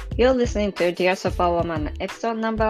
You're listening to Dear Superwoman, episode number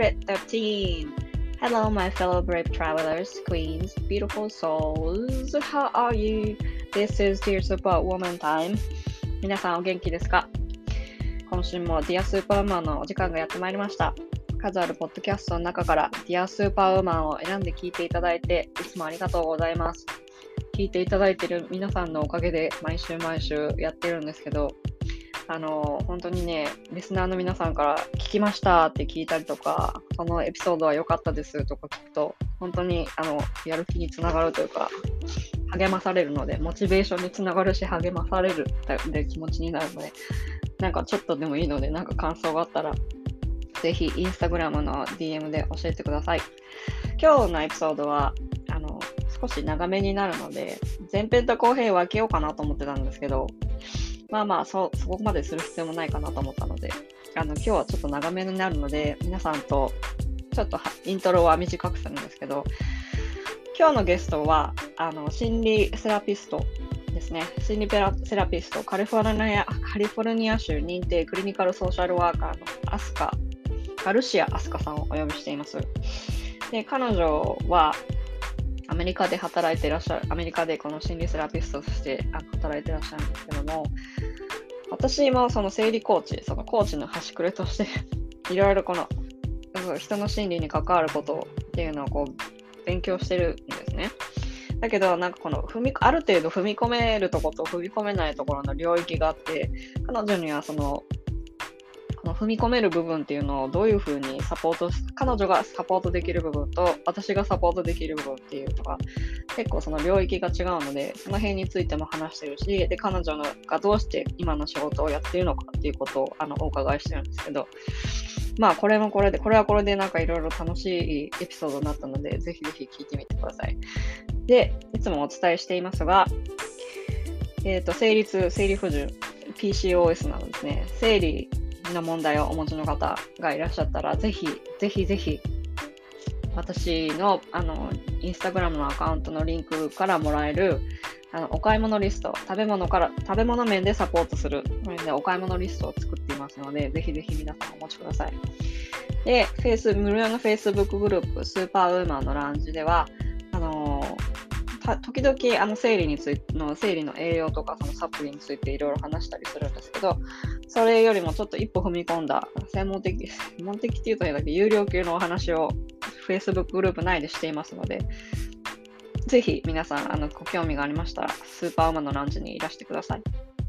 113. Hello, my fellow brave travelers, queens, beautiful souls. How are you? This is Dear Superwoman time. 皆さんお元気ですか？今週も Dear Superwoman のお時間がやってまいりました。数あるポッドキャストの中から Dear Superwoman を選んで聞いていただいていつもありがとうございます。聞いていただいている皆さんのおかげで毎週やってるんですけど、本当にね、リスナーの皆さんから聞きましたって聞いたりとか、このエピソードは良かったですとか聞くと、本当にやる気につながるというか、励まされるので、モチベーションにつながるし、励まされるって気持ちになるので、なんかちょっとでもいいので、なんか感想があったら、ぜひインスタグラムの DM で教えてください。今日のエピソードは、少し長めになるので、前編と後編分けようかなと思ってたんですけど、そこまでする必要もないかなと思ったので、今日はちょっと長めになるので、皆さんとちょっとイントロは短くするんですけど、今日のゲストは心理セラピストですね。心理セラピスト、カリフォルニア州認定クリニカルソーシャルワーカーのガルシア・アスカさんをお呼びしています。で、彼女はアメリカで働いていらっしゃる、アメリカでこの心理セラピストとして働いていらっしゃるんですけども、私もその生理コーチ、そのコーチの端くれとしていろいろこの人の心理に関わることっていうのをこう勉強してるんですね。だけどなんかこのある程度踏み込めるところと踏み込めないところの領域があって、彼女にはこの踏み込める部分っていうのをどういうふうに彼女がサポートできる部分と私がサポートできる部分っていうのが結構その領域が違うので、その辺についても話してるし、で彼女がどうして今の仕事をやっているのかっていうことをお伺いしてるんですけど、これはこれでなんかいろいろ楽しいエピソードになったので、ぜひぜひ聞いてみてください。で、いつもお伝えしていますが、生理不順 PCOS などですね、生理の問題をお持ちの方がいらっしゃったら、ぜひ私のインスタグラムのアカウントのリンクからもらえるお買い物リスト、食べ物面でサポートするお買い物リストを作っていますので、ぜひぜひ皆さんお持ちください。で、無料の Facebook グループスーパーウーマンのラウンジでは時々生理の栄養とかそのサプリについていろいろ話したりするんですけど、それよりもちょっと一歩踏み込んだ専門的っていうとだけ有料級のお話を Facebook グループ内でしていますので、ぜひ皆さんご興味がありましたらスーパーウーマンのラウンジにいらしてください。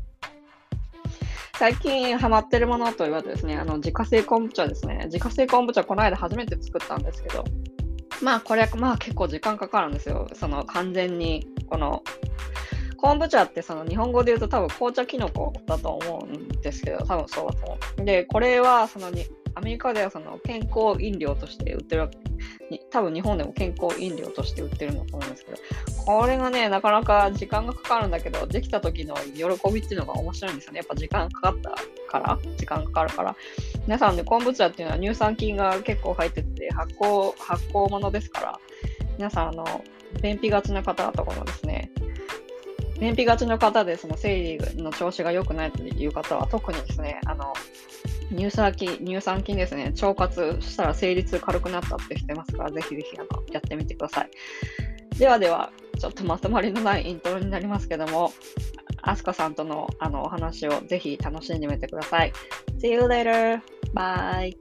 最近ハマってるものといわれてですね、自家製昆布茶ですね。自家製昆布茶この間初めて作ったんですけど、これは結構時間かかるんですよ。その完全にこの昆布茶ってその日本語で言うと多分紅茶キノコだと思うんですけど、多分そうだと思う。で、これはアメリカではその健康飲料として売ってるわけ多分日本でも健康飲料として売ってるんだと思うんですけど、これがね、なかなか時間がかかるんだけど、できた時の喜びっていうのが面白いんですよね。やっぱ時間かかるから。皆さんね、昆布茶っていうのは乳酸菌が結構入ってて、発酵ものですから、皆さん便秘がちな方とかもですね、便秘がちの方でその生理の調子が良くないという方は特にですね、乳酸菌ですね、腸活したら生理痛軽くなったってしてますから、ぜひぜひやってみてください。では、ちょっとまとまりのないイントロになりますけども、アスカさんとのお話をぜひ楽しんでみてください。See you later! Bye!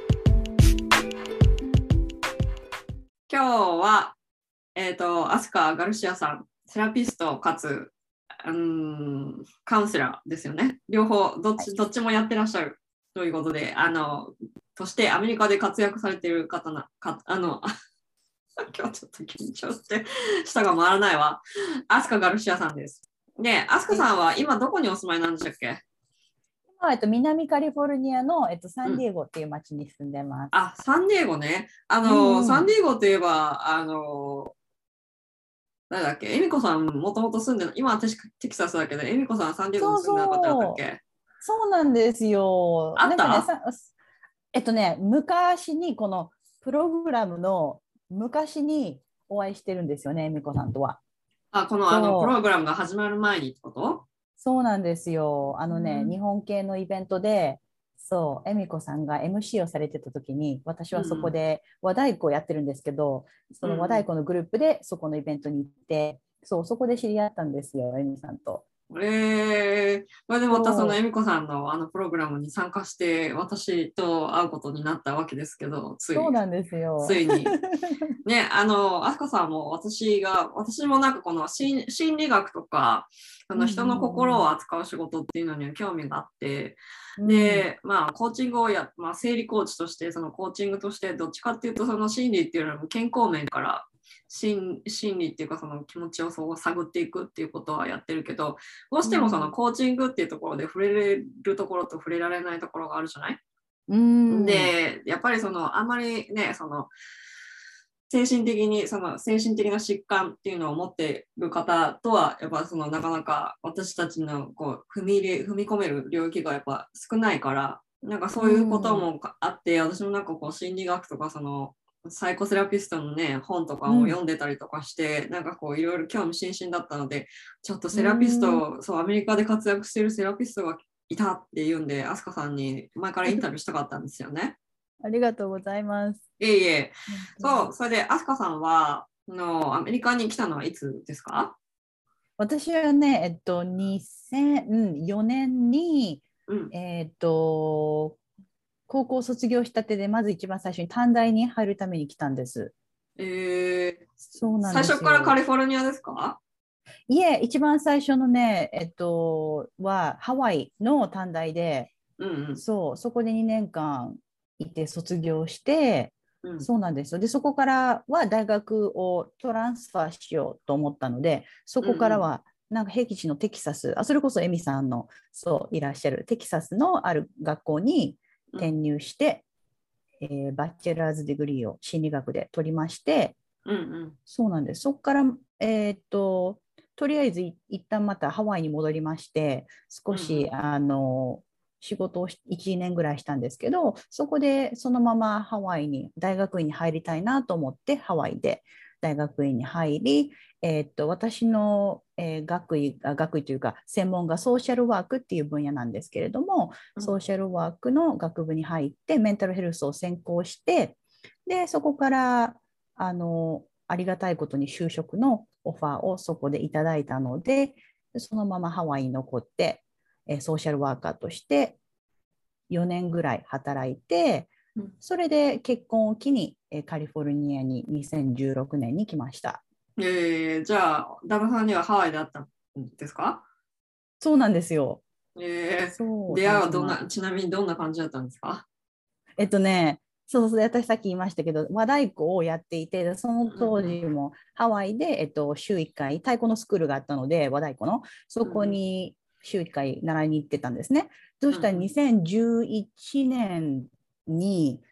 今日は、アスカ・ガルシアさん、セラピストかつ、カウンセラーですよね。両方どっちもやってらっしゃるということで、そしてアメリカで活躍されている方今日ちょっと緊張して舌が回らないわ。アスカ・ガルシアさんです。で、アスカさんは今どこにお住まいなんでしたっけ？ 南カリフォルニアの、サンディエゴっていう町に住んでます。 サンディエゴね。サンディエゴといえば、誰だっけ？エミコさんもともと住んでる、今はテキサスだけど、エミコさんはサンディエゴに住んでなかったんだっけ？ そうなんですよ。 あった？ 昔にこのプログラムの昔にお会いしてるんですよね、エミコさんとは。 このプログラムが始まる前にってこと？ そうなんですよ。日本系のイベントでそう、恵美子さんが MC をされてた時に、私はそこうんで和太鼓をやってるんですけど、その和太うん鼓のグループでそこのイベントに行って、そう、そこで知り合ったんですよ、恵美さんと。 うん。これでまたその恵そ美子さんのあのプログラムに参加して私と会うことになったわけですけど、 う、そうなんですよ。 ついに。ね、あすかさんも私もなんかこの心理学とか、 うん人の心を扱う仕事っていうのには興味があって、 うんうん。 で、まあ、コーチングをまあ、生理コーチとして、そのコーチングとして、どっちかっていうと、その心理っていうのは健康面から心理っていうか、その気持ちをそう探っていくっていうことはやってるけど、どうしてもそのコーチングっていうところで触れれるところと触れられないところがあるじゃない。 うん。 で、やっぱりあまりね、精神的に、精神的な疾患っていうのを持っている方とは、やっぱなかなか私たちのこう踏み込める領域がやっぱ少ないから、なんかうそういうことん。 もあって、私もなんかこう心理学とかサイコセラピストのね、本とかうん。 を読んでたりとかして、なんかこういろいろ興味津々だったので、ちょっとうセラピスん。 ト、そう、アメリカで活躍してるセラピストがいたっていうんで、アスカさんに前からインタビューしたかったんですよね。 ありがとうございます。 いえいえ。 本当に。 そう、それで、アスカさんは、アメリカに来たのはいつですか？ 私はね、2004年に、 うん。 えっと、高校卒業したてで、まず一番最初に短大に入るために来たんです。そうなんで最初すよ。 からカリフォルニアですか？ いえ、一番最初のね、はハワイの短大で、 うんそう、そこで2年間いて卒業して、 うん。うん。 そうなんですよ。で、そこからは大学をトランスファーしようと思ったので、そうんうん。 こからは、なんか僻地のテキサス、それこそエミさんの、そう、いらっしゃるテキサスのある学校に転うん入して、バチェラーズディグリーを心理学で取りまして、 うんうん。 そうなんです。そこから、とりあえず一旦またハワイに戻りまして、少し、 うんうん。 仕事を1年ぐらいしたんですけど、そこでそのままハワイに、大学院に入りたいなと思って、ハワイで大学院に入り、私の、学位というか、専門がソーシャルワークっていう分野なんですけれども、 うん。 ソーシャルワークの学部に入って、メンタルヘルスを専攻して、で、そこから、ありがたいことに就職のオファーをそこでいただいたので、そのままハワイに残って、ソーシャルワーカーとして4年ぐらい働いて、 うん。 それで結婚を機にカリフォルニアに2016年に来ました。 じゃあ、旦那さんにはハワイであったんですか？ そうなんですよ。そう、 出会いはたまたま。 ちなみにどんな感じだったんですか？ えっとね、そうそう、私さっき言いましたけど、和太鼓をやっていて、そのうん当時もハワイで、週1回太鼓のスクールがあったので、和太鼓の、そこうんうんに週1回習いに行ってたんですね。そしたらうんうん 2011年に、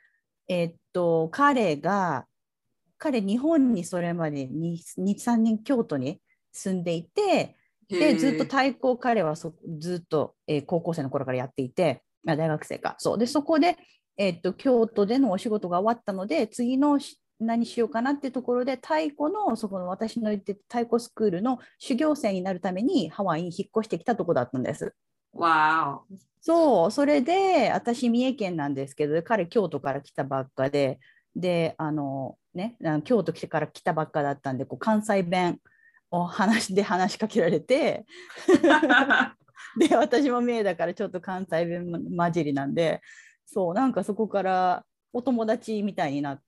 彼日本にそれまで2、3年京都に住んでいて、で、ずっとへえ。 太鼓を彼はずっと、高校生の頃からやっていて、大学生か。そう。で、そこで、京都でのお仕事が終わったので、次の何しようかなっていうところで、太鼓の、そこの私の行って太鼓スクールの修行生になるためにハワイに引っ越してきたところだったんです。 わーお。 そう、それで、私、三重県なんですけど、彼、京都から来たばっかで、京都来てから来たばっかだったんで、こう関西弁を話しかけられて、で、私も三重だからちょっと関西弁混じりなんで、そう、なんかそこからお友達みたいになって、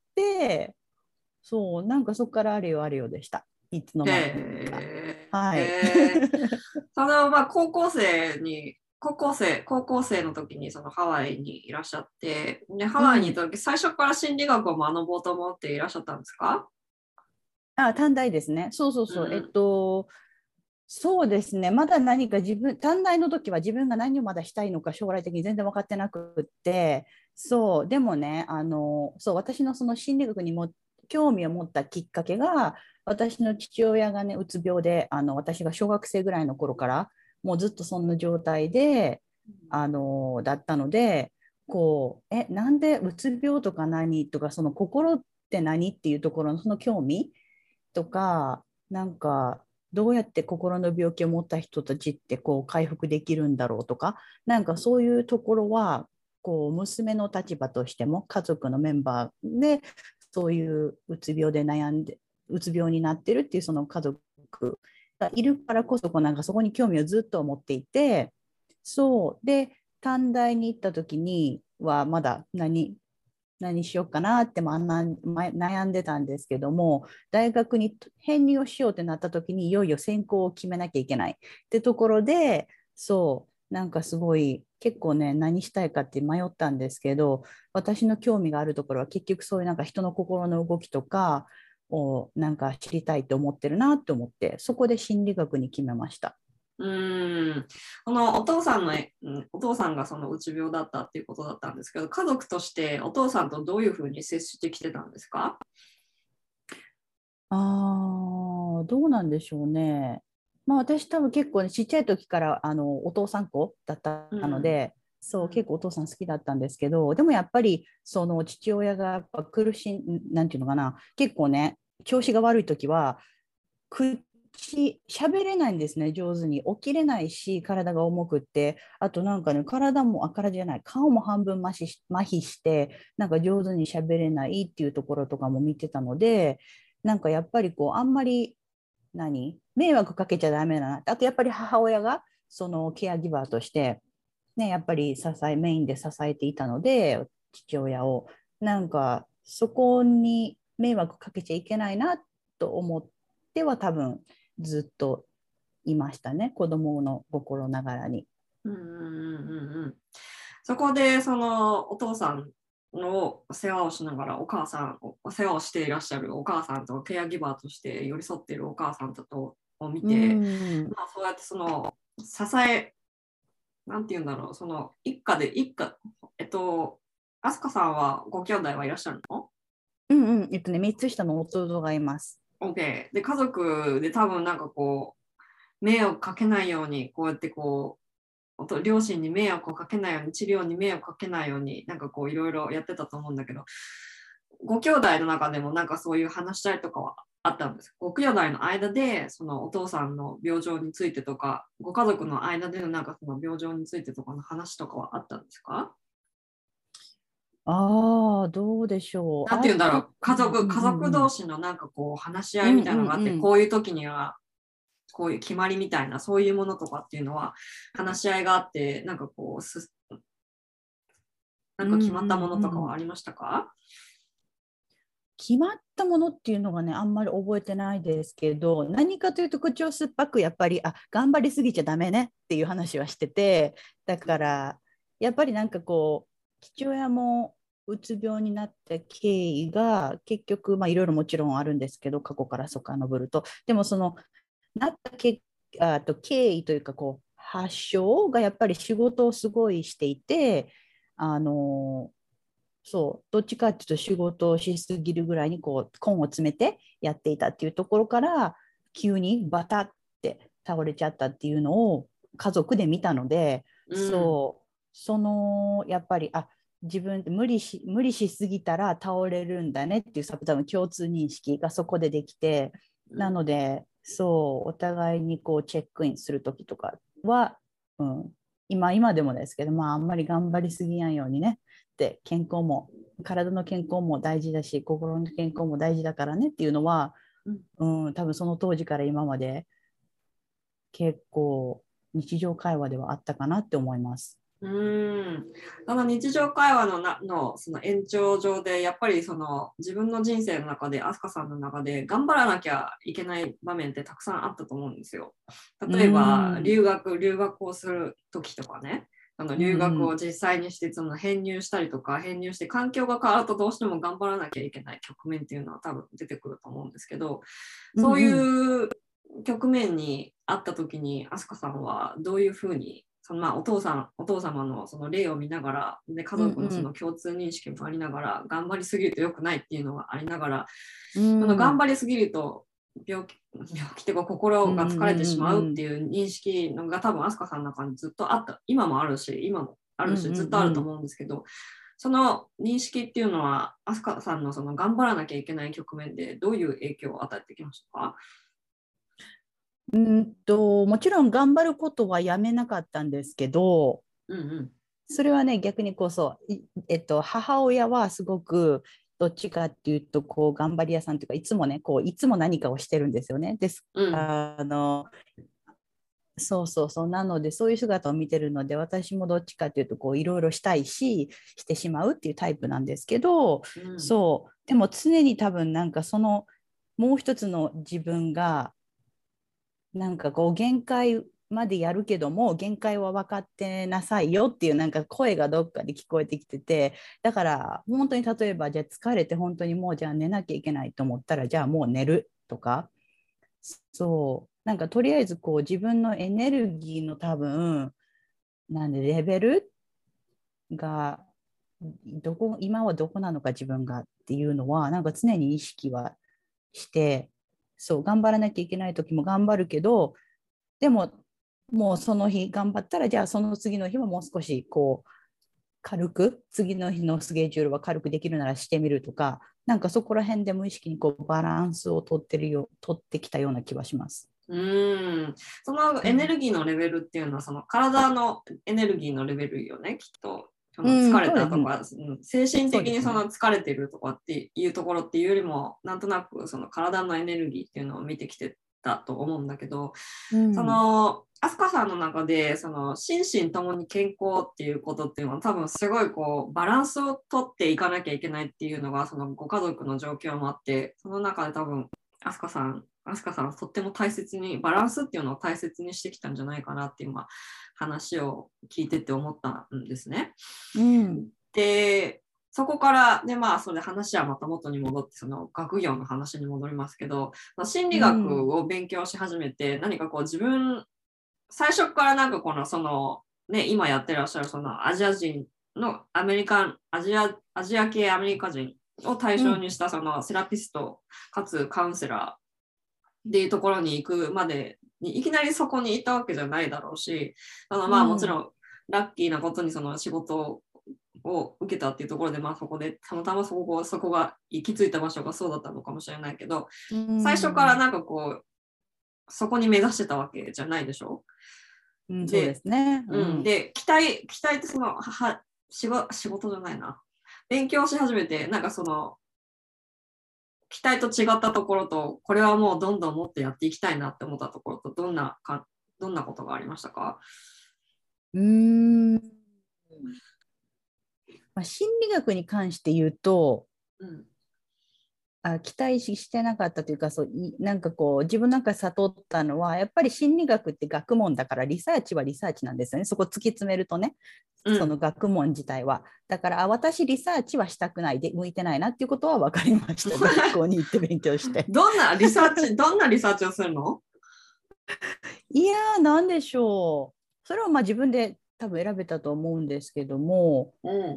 そう、なんかそこからあれよあれよでした。いつの間にか。はい。 まあ、高校生の時にそのハワイにいらっしゃって、で、ハうん。 ワイにいた時、最初から心理学を学ぼうと思っていらっしゃったんですか？ 短大ですね。そうそうそう。 うんそうですね。まだ何か短大の時は自分が何をまだしたいのか将来的に全然分かってなくって、そう、でもね、そう、私のその心理学にも興味を持ったきっかけが、私の父親がね、うつ病で、私が小学生ぐらいの頃から、もうずっとそんな状態で、だったので、こう、なんでうつ病とか何とか、その心って何っていうところのその興味とか、なんか、どうやって心の病気を持った人たちってこう回復できるんだろうとか、なんかそういうところはこう娘の立場としても家族のメンバーでそういううつ病で悩んでうつ病になってるっていうその家族がいるからこそなんかそこに興味をずっと持っていて、そうで短大に行った時にはまだ何しようかなって悩んでたんですけども、大学に編入をしようってなった時にいよいよ専攻を決めなきゃいけないってところで、そうなんかすごい結構ね何したいかって迷ったんですけど、私の興味があるところは結局そういうなんか人の心の動きとかをなんか知りたいと思ってるなと思って、そこで心理学に決めました。 このお父さんの、お父さんがそのうつ病だったっていうことだったんですけど、家族としてお父さんとどういうふうに接してきてたんですか？ どうなんでしょうね。まあ私多分結構ね、ちっちゃい時からお父さん子だったので、そう、結構お父さん好きだったんですけど、でもやっぱりその父親がやっぱなんていうのかな、結構ね、調子が悪い時は、喋れないんですね、上手に。起きれないし、体が重くって。あとなんかね、体じゃない、顔も半分麻痺して、なんか上手に喋れないっていうところとかも見てたので、なんかやっぱりこう、あんまり、迷惑かけちゃダメだな。あとやっぱり母親が、そのケアギバーとして、ね、やっぱりメインで支えていたので、父親を。なんか、そこに迷惑かけちゃいけないなと思っては多分、ずっといましたね、子供の心ながらに。 そこでそのお父さんの世話をしながらお世話をしていらっしゃるお母さんとケアギバーとして寄り添っているお母さんとを見て、まあ、そうやってその支え、なんて言うんだろう、その一家、アスカさんはご兄弟はいらっしゃるの？ 3つ下の弟がいます。 OK。で、家族で多分なんかこう、迷惑かけないように、こうやってこう、両親に迷惑をかけないように、治療に迷惑をかけないように、なんかこういろいろやってたと思うんだけど、ご兄弟の中でもなんかそういう話したりとかはあったんですか？ご兄弟の間でそのお父さんの病状についてとか、ご家族の間でのなんかその病状についてとかの話とかはあったんですか？ どうでしょう。 なんて言うんだろう、家族同士のなんかこう話し合いみたいなのがあって、こういう時にはこういう決まりみたいな、そういうものとかっていうのは話し合いがあって、なんかこう、なんか決まったものとかはありましたか？ 決まったものっていうのがね、あんまり覚えてないですけど、何かというと口を酸っぱくやっぱり、頑張りすぎちゃダメねっていう話はしてて、だからやっぱりなんかこう父親もうつ病になった経緯が結局いろいろもちろんあるんですけど、過去から遡ると、でもそのなったけ経緯というかこう発症がやっぱり仕事をすごいしていて、あのそう、どっちかっていうと仕事をしすぎるぐらいにこう根を詰めてやっていたっていうところから急にバタって倒れちゃったっていうのを家族で見たので、そうそのやっぱり自分って無理しすぎたら倒れるんだねっていう多分共通認識がそこでできて、なのでそうお互いにこうチェックインする時とかは、今でもですけど、あんまり頑張りすぎやんようにねって体の健康も大事だし心の健康も大事だからねっていうのは、多分その当時から今まで結構日常会話ではあったかなって思います。 その日常会話のその延長上でやっぱりその自分の人生の中で飛鳥さんの中で頑張らなきゃいけない場面ってたくさんあったと思うんですよ。例えば留学をする時とかね、留学を実際にしてその編入したりとか、編入して環境が変わるとどうしても頑張らなきゃいけない局面っていうのは多分出てくると思うんですけど、そういう局面にあった時に飛鳥さんはどういうふうにお父様のその例を見ながら、で家族のその共通認識もありながら、頑張りすぎると良くないっていうのがありながら、頑張りすぎると病気というか心が疲れてしまうっていう認識が多分飛鳥さんの中にずっとあった、今もあるしずっとあると思うんですけど、その認識っていうのは飛鳥さんのその頑張らなきゃいけない局面でどういう影響を与えてきましたか？ もちろん頑張ることはやめなかったんですけど、 それはね、逆にこう母親はすごくどっちかっていうとこう頑張り屋さんというか、いつもねこういつも何かをしてるんですよね。 うんそうそうそう、なのでそういう姿を見てるので、私もどっちかっていうとこういろいろしたいししてしまうっていうタイプなんですけど、 うんそうでも常に多分なんかそのもう一つの自分がなんかこう限界までやるけども限界は分かってなさいよっていうなんか声がどっかで聞こえてきてて、だから本当に例えばじゃあ疲れて本当にもうじゃあ寝なきゃいけないと思ったらじゃあもう寝るとか、そうなんかとりあえずこう自分のエネルギーの多分なんでレベルが今はどこなのか自分がっていうのはなんか常に意識はして、そう頑張らなきゃいけない時も頑張るけど、でももうその日頑張ったらじゃあその次の日ももう少しこう軽く次の日のスケジュールは軽くできるならしてみるとか、なんかそこら辺で無意識にこうバランスを取ってきたような気はします。 そのエネルギーのレベルっていうのは、その体のエネルギーのレベルよね、きっと。その疲れたとか、精神的にその疲れてるとかっていうところっていうよりも、なんとなくその体のエネルギーっていうのを見てきてたと思うんだけど、その飛鳥さんの中でその心身ともに健康っていうことっていうのは多分すごいこうバランスをとっていかなきゃいけないっていうのがそのご家族の状況もあって、その中で多分飛鳥さんはとっても大切にバランスっていうのを大切にしてきたんじゃないかなって今話を聞いてて思ったんですね。でそこからでそれで話はまた元に戻ってその学業の話に戻りますけど、心理学を勉強し始めて何かこう自分最初からなんかこのそのね今やってらっしゃるそのアジア人のアジア系アメリカ人を対象にしたそのセラピストかつカウンセラーっていうところに行くまでにいきなりそこに行ったわけじゃないだろうし、もちろんラッキーなことにその仕事を受けたっていうところで、そこでたまたまそこが行き着いた場所がそうだったのかもしれないけど、最初からなんかこうそこに目指してたわけじゃないでしょ。 そうですね。 で期待ってその仕事じゃないな、勉強し始めてなんかその期待と違ったところと、これはもうどんどんもっとやっていきたいなって思ったところと、どんなことがありましたか？ 心理学に関して言うと、期待してなかったというか、なんかこう自分なんか悟ったのはやっぱり心理学って学問だからリサーチはリサーチなんですよね。そこ突き詰めるとね、その学問自体はだから私リサーチはしたくないで向いてないなっていうことは分かりました。学校に行って勉強してどんなリサーチをするの？ いやーなんでしょう、それは自分で多分選べたと思うんですけども、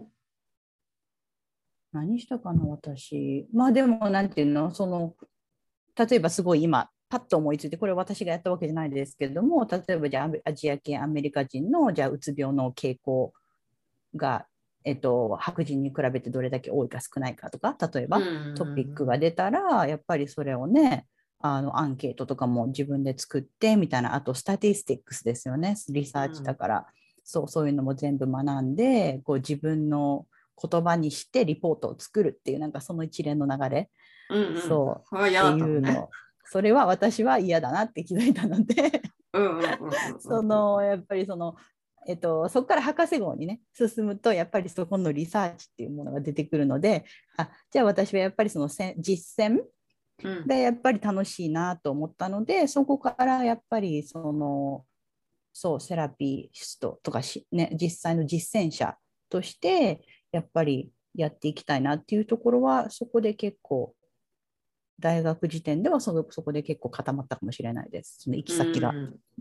何したかな私。でもなんていうの、例えばすごい今パッと思いついて、これ私がやったわけじゃないですけれども、例えばじゃあアジア系アメリカ人のじゃあうつ病の傾向が、白人に比べてどれだけ多いか少ないかとか、例えばトピックが出たらやっぱりそれをねアンケートとかも自分で作ってみたいな、あとスタティスティックスですよね、リサーチだから、そういうのも全部学んでこう自分の言葉にしてリポートを作るっていうなんかその一連の流れ、そうっていうの、それは私は嫌だなって気づいたのでやっぱりそこから博士号にね進むとやっぱりそこのリサーチっていうものが出てくるので、じゃあ私はやっぱりその実践でやっぱり楽しいなと思ったので、そこからやっぱりセラピストとか実際の実践者としてやっぱりやっていきたいなっていうところは、そこで結構大学時点ではそこで結構固まったかもしれないです、その行き先が。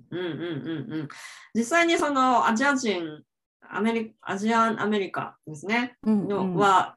実際にそのアジア人アメリカですね、は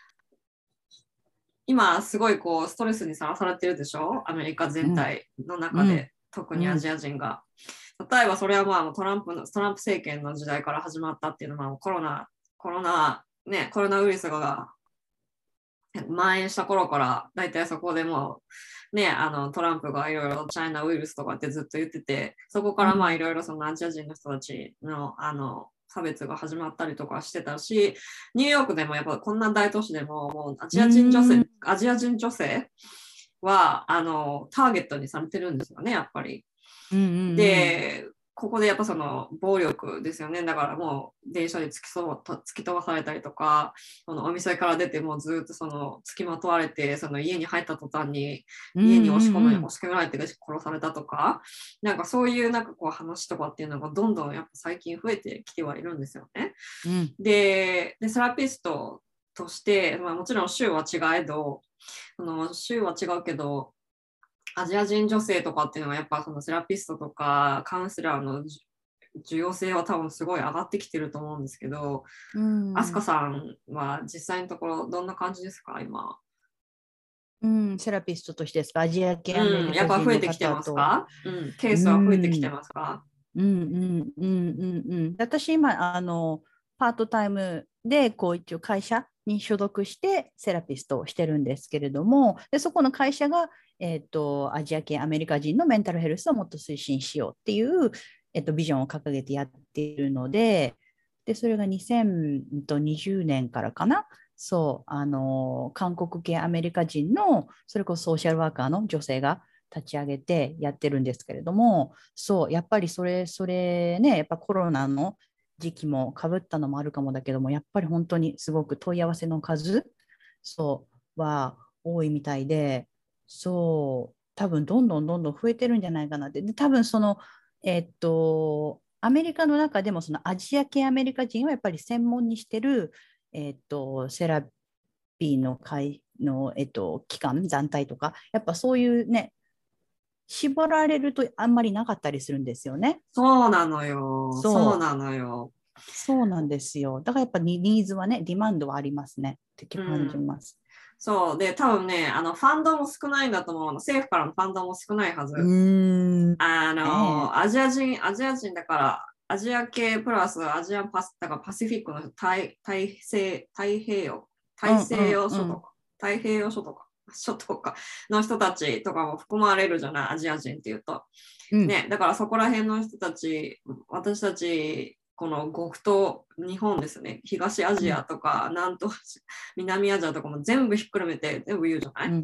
今すごいこうストレスにさらされてるでしょ、アメリカ全体の中で、特にアジア人が。例えばそれはトランプ政権の時代から始まったっていうのはコロナウイルスが蔓延した頃からだいたいそこでもうねトランプがいろいろチャイナウイルスとかってずっと言ってて、そこからいろいろそのアジア人の人たちの差別が始まったりとかしてたし、ニューヨークでもやっぱこんな大都市でも、もうアジア人女性はターゲットにされてるんですよね、やっぱり。で、ここでやっぱその暴力ですよね。だからもう電車で突き飛ばされたりとか、そのお店から出てもうずっとその付きまとわれて、その家に入った途端に家に押し込められて殺されたとか、なんかそういうなんかこう話とかっていうのがどんどんやっぱ最近増えてきてはいるんですよね。でセラピストとして、まあ、もちろん州は違えど、州は違うけど、アジア人女性とかっていうのはやっぱそのセラピストとかカウンセラーの重要性は多分すごい上がってきてると思うんですけど、飛鳥さんは実際のところどんな感じですか今？ セラピストとしてですか？アジア系アメリカ人の方と、 やっぱ増えてきてますか？ケースは増えてきてますか？ 私今パートタイムでこう一応会社に所属してセラピストをしてるんですけれども、でそこの会社が、アジア系アメリカ人のメンタルヘルスをもっと推進しようっていう、ビジョンを掲げてやっているので、それが2020年からかな。韓国系アメリカ人のそれこそソーシャルワーカーの女性が立ち上げてやってるんですけれども、やっぱりそれね、やっぱコロナの時期もかぶったのもあるかもだけども、やっぱり本当にすごく問い合わせの数は多いみたいで、多分どんどん増えてるんじゃないかなって。で多分アメリカの中でもそのアジア系アメリカ人はやっぱり専門にしてるセラピーの会の、機関、団体とか、やっぱそういうね、絞られるとあんまりなかったりするんですよね。 そうなのよ。そうなのよ。 そうなんですよ。だからやっぱりニーズはね、ディマンドはありますねって感じます。 そうで、多分ね、ファンドも少ないんだと思うの。政府からのファンドも少ないはず。アジア人だから、アジア系プラスアジアンパだからパシフィックの太平洋諸島の人たちとかも含まれるじゃない、アジア人っていうと。ね、だからそこら辺の人たち、私たち、この極東、日本ですね、東アジアとか、南アジアとかも全部ひっくるめて全部言うじゃない、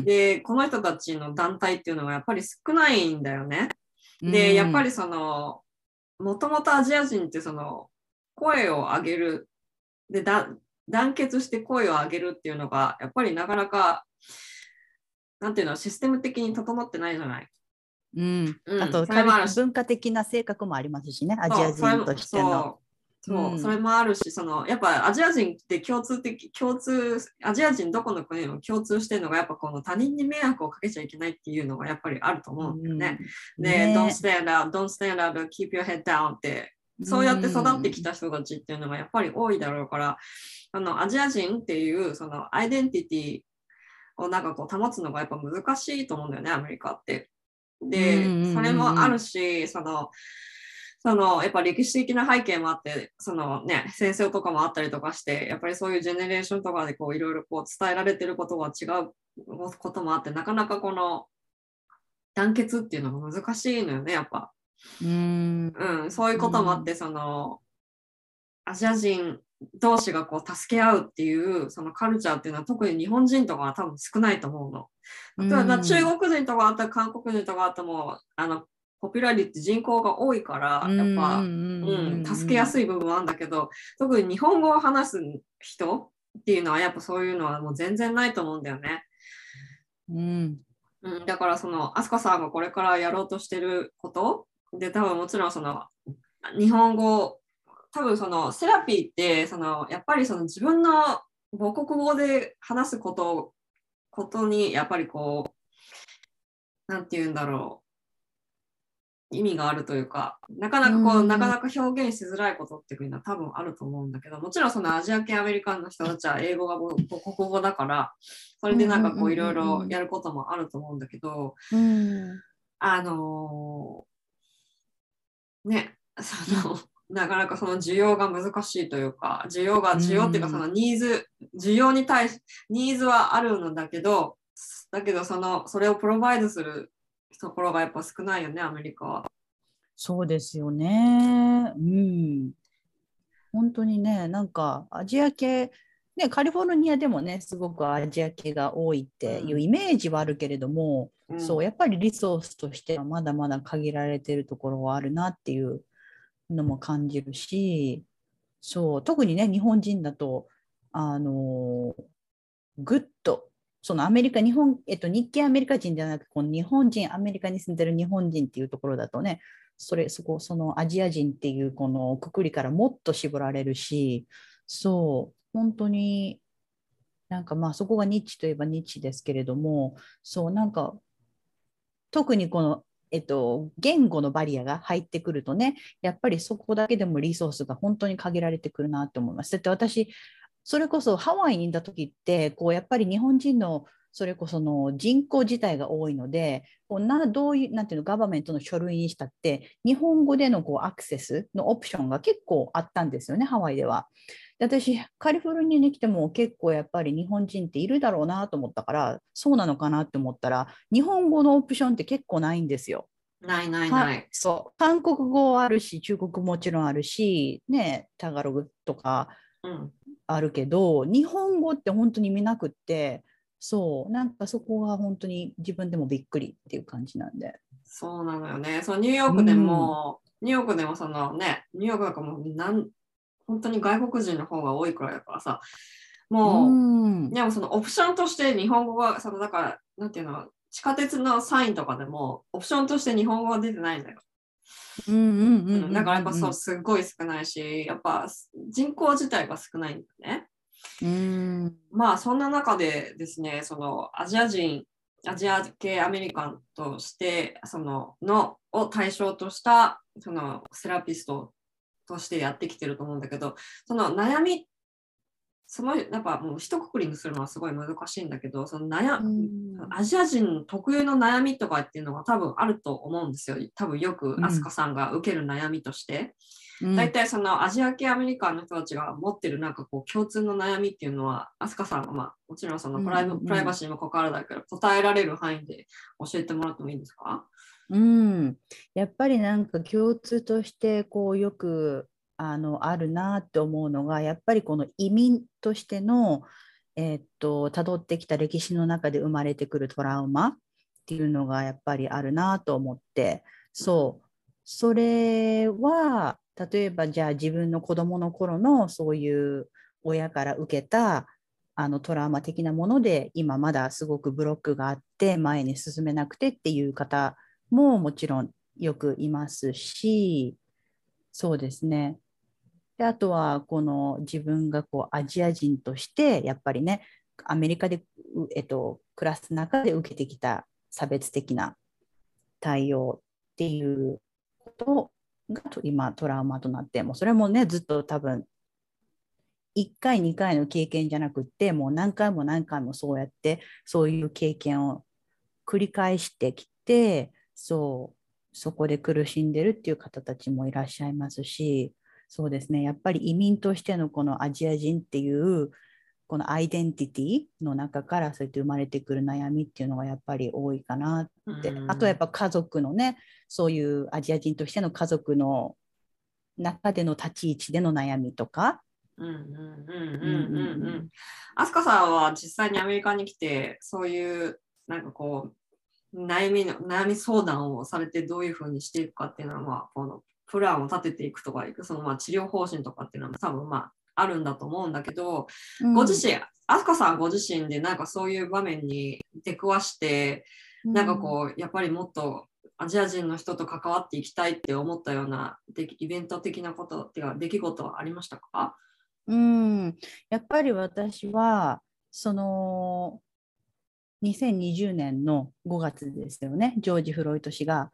で、この人たちの団体っていうのはやっぱり少ないんだよね。で、やっぱりもともとアジア人って声を上げる、で、団結して声を上げるっていうのが、やっぱりなかなか、なんていうの、システム的に整ってないじゃない。 あと文化的な性格もありますしね、アジア人としての。 それもあるし、やっぱアジア人ってアジア人どこの国でも共通してるのが、やっぱこの他人に迷惑をかけちゃいけないっていうのがやっぱりあると思うんだよね。で、don't stand out, keep your head down って、そうやって育ってきた人たちっていうのがやっぱり多いだろうから、アジア人っていうアイデンティティをなんかこう保つのがやっぱ難しいと思うんだよね、アメリカって。で、それもあるし、やっぱ歴史的な背景もあって、戦争とかもあったりとかして、やっぱりそういうジェネレーションとかでこういろいろこう伝えられてることは違うこともあって、なかなかこの団結っていうのが難しいのよね、やっぱ。そういうこともあって、アジア人同士がこう助け合うっていうカルチャーっていうのは特に日本人とかは多分少ないと思うの。例えば中国人とかあったら韓国人とかあってもポピュラリティ人口が多いからやっぱ助けやすい部分はあるんだけど、特に日本語を話す人っていうのはやっぱそういうのはもう全然ないと思うんだよね。だから飛鳥さんがこれからやろうとしてることで、多分もちろん日本語、多分セラピーってやっぱり自分の母国語で話すことにやっぱりこうなんて言うんだろう、意味があるというか、なかなか表現しづらいことっていうのは多分あると思うんだけど、もちろんアジア系アメリカンの人たちは英語が母国語だから、それでなんかこういろいろやることもあると思うんだけど、ね、なかなか需要が難しいというか、需要っていうか需要に対しニーズはあるんだけど、それをプロバイドするところがやっぱ少ないよね、アメリカは。 そうですよね。 本当にね、なんかアジア系、ね、カリフォルニアでもね、すごくアジア系が多いっていうイメージはあるけれども、そう、やっぱりリソースとしてはまだまだ限られているところはあるなっていうのも感じるし、そう、特にね、日本人だと、あのぐっと、そのアメリカ、日本、日系アメリカ人じゃなくて、この日本人、アメリカに住んでる日本人っていうところだとね、そのアジア人っていうこのくくりからもっと絞られるし、そう、本当になんかまあそこがニッチといえばニッチですけれども、そう、なんか特にこの、言語のバリアが入ってくるとね、やっぱりそこだけでもリソースが本当に限られてくるなと思います。だって私、それこそハワイにいた時って、こうやっぱり日本人のそれこその人口自体が多いので、どういう、なんていうの、ガバメントの書類にしたって、日本語でのこうアクセスのオプションが結構あったんですよね、ハワイでは。で私、カリフォルニアに来ても結構やっぱり日本人っているだろうなと思ったから、そうなのかなって思ったら、日本語のオプションって結構ないんですよ。 ないないない。 そう。韓国語あるし、中国語もちろんあるし、ね、タガログとかあるけど、日本語って本当に見なくって、そう、なんかそこが本当に自分でもびっくりっていう感じなんで。 そうなのよね。そう、ニューヨークでも、ニューヨークでもそのね、ニューヨークなんかもう本当に外国人の方が多いくらいだからさ、もう、でもそのオプションとして日本語が、そのだから、なんていうの、地下鉄のサインとかでも、オプションとして日本語が出てないんだよ。だからやっぱそう、すっごい少ないし、やっぱ人口自体が少ないんだよね。まあそんな中でですね、そのアジア系アメリカンとしてを対象としたそのセラピストとしてやってきてると思うんだけど、その悩み、やっぱもう一括りにするのはすごい難しいんだけど、アジア人特有の悩みとかっていうのが多分あると思うんですよ。多分よく飛鳥さんが受ける悩みとして。大体そのアジア系アメリカンの人たちが持ってるなんかこう共通の悩みっていうのは、飛鳥さんがまあもちろんそのプライバシーにも関わるだけど、答えられる範囲で教えてもらってもいいですか？ やっぱりなんか共通としてこうよくあるなって思うのが、やっぱりこの移民としての辿ってきた歴史の中で生まれてくるトラウマっていうのがやっぱりあるなと思って、そう、それは例えばじゃあ自分の子供の頃のそういう親から受けたトラウマ的なもので今まだすごくブロックがあって前に進めなくてっていう方ももちろんよくいますし、そうですね。であとはこの自分がこうアジア人としてやっぱりねアメリカで、暮らす中で受けてきた差別的な対応っていうことが今トラウマとなって、もうそれもねずっと多分1回2回の経験じゃなくってもう何回も何回もそうやってそういう経験を繰り返してきて、そこで苦しんでるっていう方たちもいらっしゃいますし、そうですね、やっぱり移民としてのこのアジア人っていうこのアイデンティティの中からそうやって生まれてくる悩みっていうのがやっぱり多いかなって、あとやっぱ家族のね、そういうアジア人としての家族の中での立ち位置での悩みとか。 飛鳥さんは実際にアメリカに来てそういうなんかこう悩み相談をされてどういうふうにしていくかっていうのは、まあ、このプランを立てていくとかそのまあ治療方針とかっていうのは多分まああるんだと思うんだけど、ご自身飛鳥さんご自身でなんかそういう場面に出くわして、なんかこうやっぱりもっとアジア人の人と関わっていきたいって思ったようなイベント的なことっていうか出来事はありましたか？ やっぱり私はその2020年の5月ですよね、ジョージ・フロイト氏が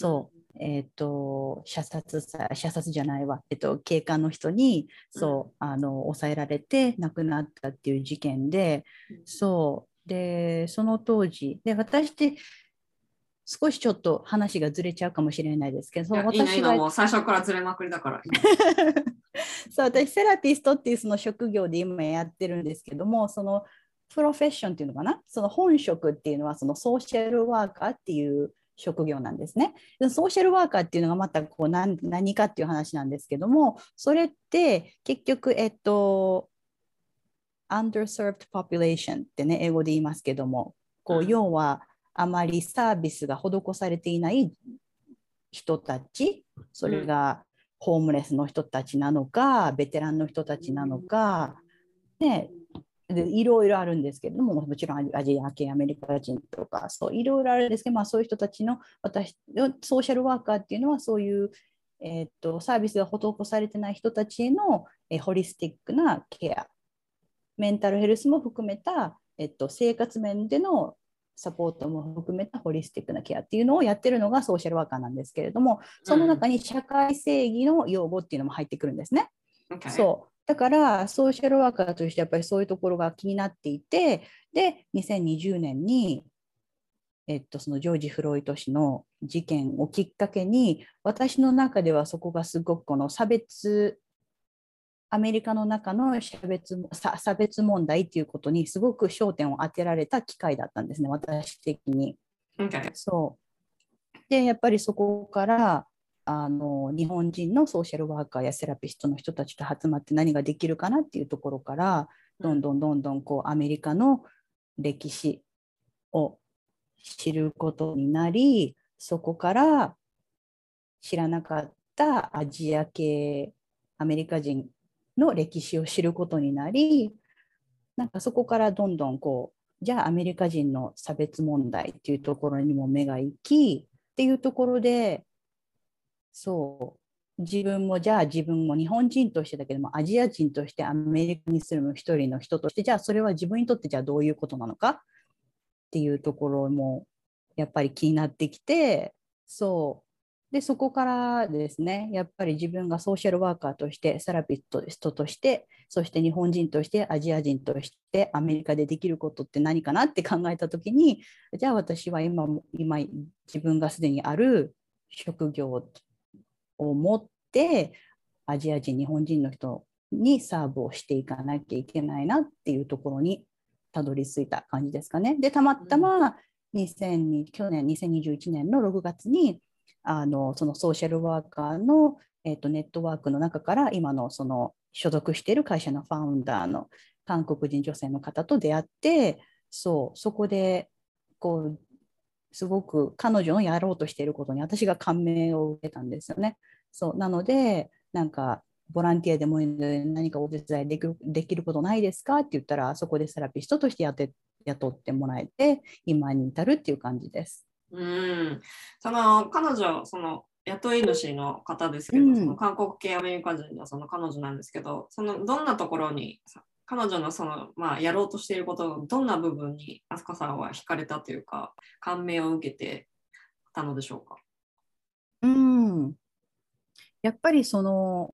射殺じゃないわ、警官の人に抑えられて亡くなったっていう事件で、その当時で私って少しちょっと話がずれちゃうかもしれないですけど、 私がもう最初からずれまくりだからそう私セラピストっていうその職業で今やってるんですけども、そのプロフェッションっていうのかな、その本職っていうのはそのソーシャルワーカーっていう職業なんですね。でソーシャルワーカーっていうのがまたこう何かっていう話なんですけども、それって結局、underserved population ってね、英語で言いますけども、こう要はあまりサービスが施されていない人たち、それがホームレスの人たちなのか、ベテランの人たちなのか、ね、でいろいろあるんですけれども、もちろんアジア系アメリカ人とか、そういろいろあるんですけど、まあ、そういう人たちの私のソーシャルワーカーっていうのは、そういう、サービスが施されてない人たちへの、ホリスティックなケア、メンタルヘルスも含めた、生活面でのサポートも含めたホリスティックなケアっていうのをやってるのがソーシャルワーカーなんですけれども、その中に社会正義の用語っていうのも入ってくるんですね。 Okay. そうだからソーシャルワーカーとしてやっぱりそういうところが気になっていて、で2020年に、そのジョージ・フロイト氏の事件をきっかけに、私の中ではそこがすごくこの差別、アメリカの中の差別問題っていうことにすごく焦点を当てられた機会だったんですね、私的に。 Okay. そうでやっぱりそこから日本人のソーシャルワーカーやセラピストの人たちと集まって何ができるかなっていうところから、どんどんこうアメリカの歴史を知ることになり、そこから知らなかったアジア系アメリカ人の歴史を知ることになり、なんかそこからどんどんこうじゃあアメリカ人の差別問題っていうところにも目が行きっていうところで、そう自分も日本人としてだけども、アジア人としてアメリカに住む一人の人として、じゃあそれは自分にとってじゃあどういうことなのかっていうところもやっぱり気になってきて、そうでそこからですね、やっぱり自分がソーシャルワーカーとしてセラピストとして、そして日本人としてアジア人としてアメリカでできることって何かなって考えた時に、じゃあ私は今自分がすでにある職業を持ってアジア人日本人の人にサーブをしていかなきゃいけないなっていうところにたどり着いた感じですかね。でたまたま去年2021年の6月にそのソーシャルワーカーの、ネットワークの中から今のその所属している会社のファウンダーの韓国人女性の方と出会って、そこでこうすごく彼女のやろうとしていることに私が感銘を受けたんですよね。そうなのでなんかボランティアでもいいので何かお手伝いできることないですかって言ったら、そこでセラピストとして雇ってもらえて今に至るっていう感じです。 その彼女、その雇い主の方ですけど、その韓国系アメリカ人のその彼女なんですけど、そのどんなところに彼女のその、やろうとしていること、どんな部分に飛鳥さんは惹かれたというか感銘を受けてたのでしょうか？ やっぱりその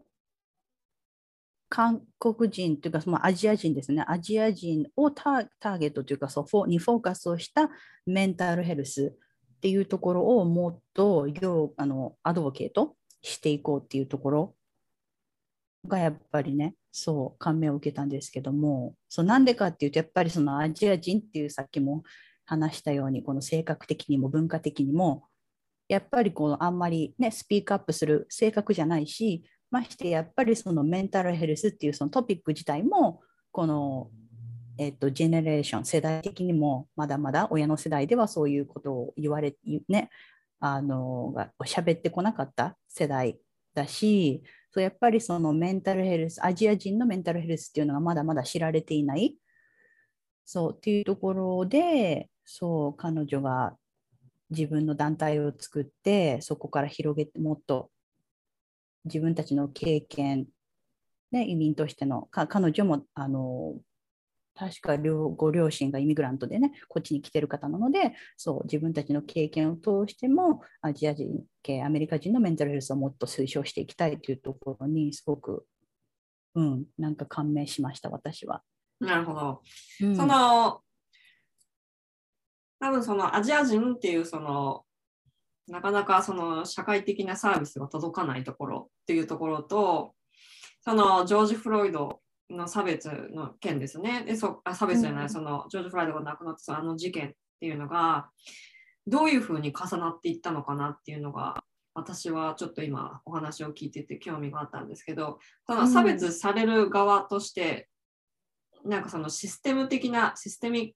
韓国人というか、アジア人ですね、アジア人をターゲットというかにフォーカスをしたメンタルヘルスっていうところをもっとアドボケートしていこうっていうところがやっぱりね、感銘を受けたんですけども、なんでかっていうと、やっぱりそのアジア人っていうさっきも話したように、この性格的にも文化的にもやっぱりあんまりねスピークアップする性格じゃないし、ましてやっぱりそのメンタルヘルスっていうそのトピック自体もこのジェネレーション世代的にもまだまだ親の世代ではそういうことを言われね喋ってこなかった世代だし、やっぱりそのメンタルヘルス、アジア人のメンタルヘルスっていうのがまだまだ知られていないっていうところで、彼女が自分の団体を作って、そこから広げてもっと自分たちの経験、ね、移民としての彼女も確かご両親がイミグラントでねこっちに来てる方なので、自分たちの経験を通してもアジア人系アメリカ人のメンタルヘルスをもっと推奨していきたいというところにすごく、なんか感銘しました私は。 なるほど。その多分そのアジア人っていうそのなかなかその社会的なサービスが届かないところっていうところと、そのジョージ・フロイドの差別の件ですね。で差別じゃない、そのジョージ・フロイドが亡くなったあの事件っていうのが、 どういうふうに重なっていったのかなっていうのが私はちょっと今お話を聞いてて興味があったんですけど、ただ差別される側として、なんかそのシステミッ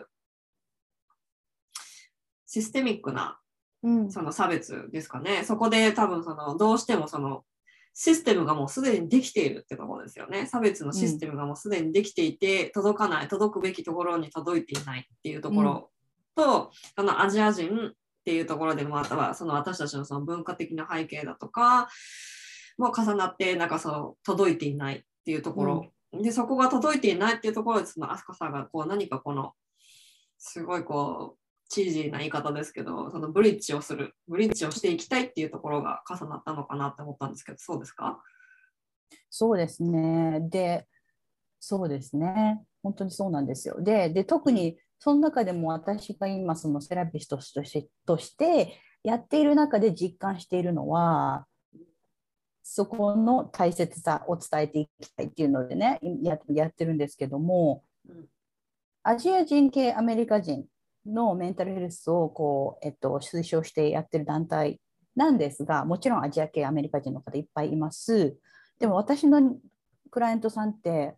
クなその差別ですかね。そこで多分そのどうしてもそのシステムがもうすでにできているってところですよね。差別のシステムがもうすでにできていて、届くべきところに届いていないっていうところと、そのアジア人っていうところでもまたはその私たちのその文化的な背景だとかも重なって、なんかその届いていないっていうところ、でそこが届いていないっていうところで、その飛鳥さんがこう何かこのすごいこうチージーな言い方ですけど、そのブリッジをしていきたいっていうところが重なったのかなって思ったんですけど、そうですか？ そうですね。そうですね。本当にそうなんですよ。で、特にその中でも私が今そのセラピストとしてやっている中で実感しているのは、そこの大切さを伝えていきたいっていうのでね、やってるんですけども、アジア人系アメリカ人のメンタルヘルスを推奨してやってる団体なんですが、もちろんアジア系アメリカ人の方いっぱいいます。でも私のクライアントさんって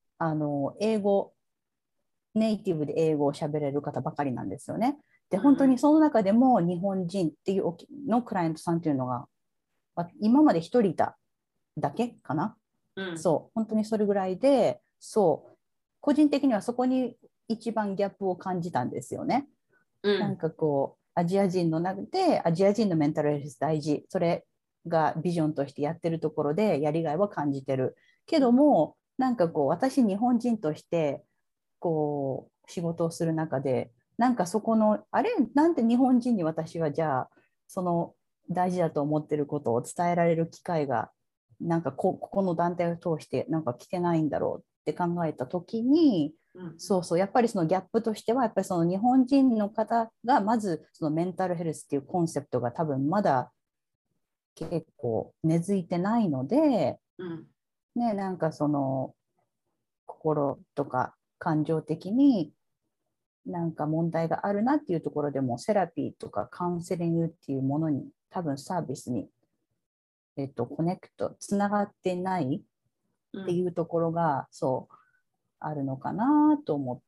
ネイティブで英語を喋れる方ばかりなんですよね。で、本当にその中でも日本人っていうのクライアントさんっていうのが今まで一人いただけかな。そう、本当にそれぐらいで、そう、個人的にはそこに一番ギャップを感じたんですよね。なんかこう、アジア人の中で、アジア人のメンタルヘルス大事、それがビジョンとしてやってるところで、やりがいは感じてる。けども、なんかこう、私、日本人として、こう、仕事をする中で、なんかそこの、あれ、なんで日本人に私はじゃあ、その大事だと思ってることを伝えられる機会が、なんかここの団体を通してなんか聞けないんだろうって考えた時に、そうそう、やっぱりそのギャップとしては、やっぱりその日本人の方がまずそのメンタルヘルスっていうコンセプトが多分まだ結構根付いてないので、ね、なんかその心とか感情的になんか問題があるなっていうところでもセラピーとかカウンセリングっていうものに多分サービスに、コネクトつながってないっていうところが、そうあるのかなと思って、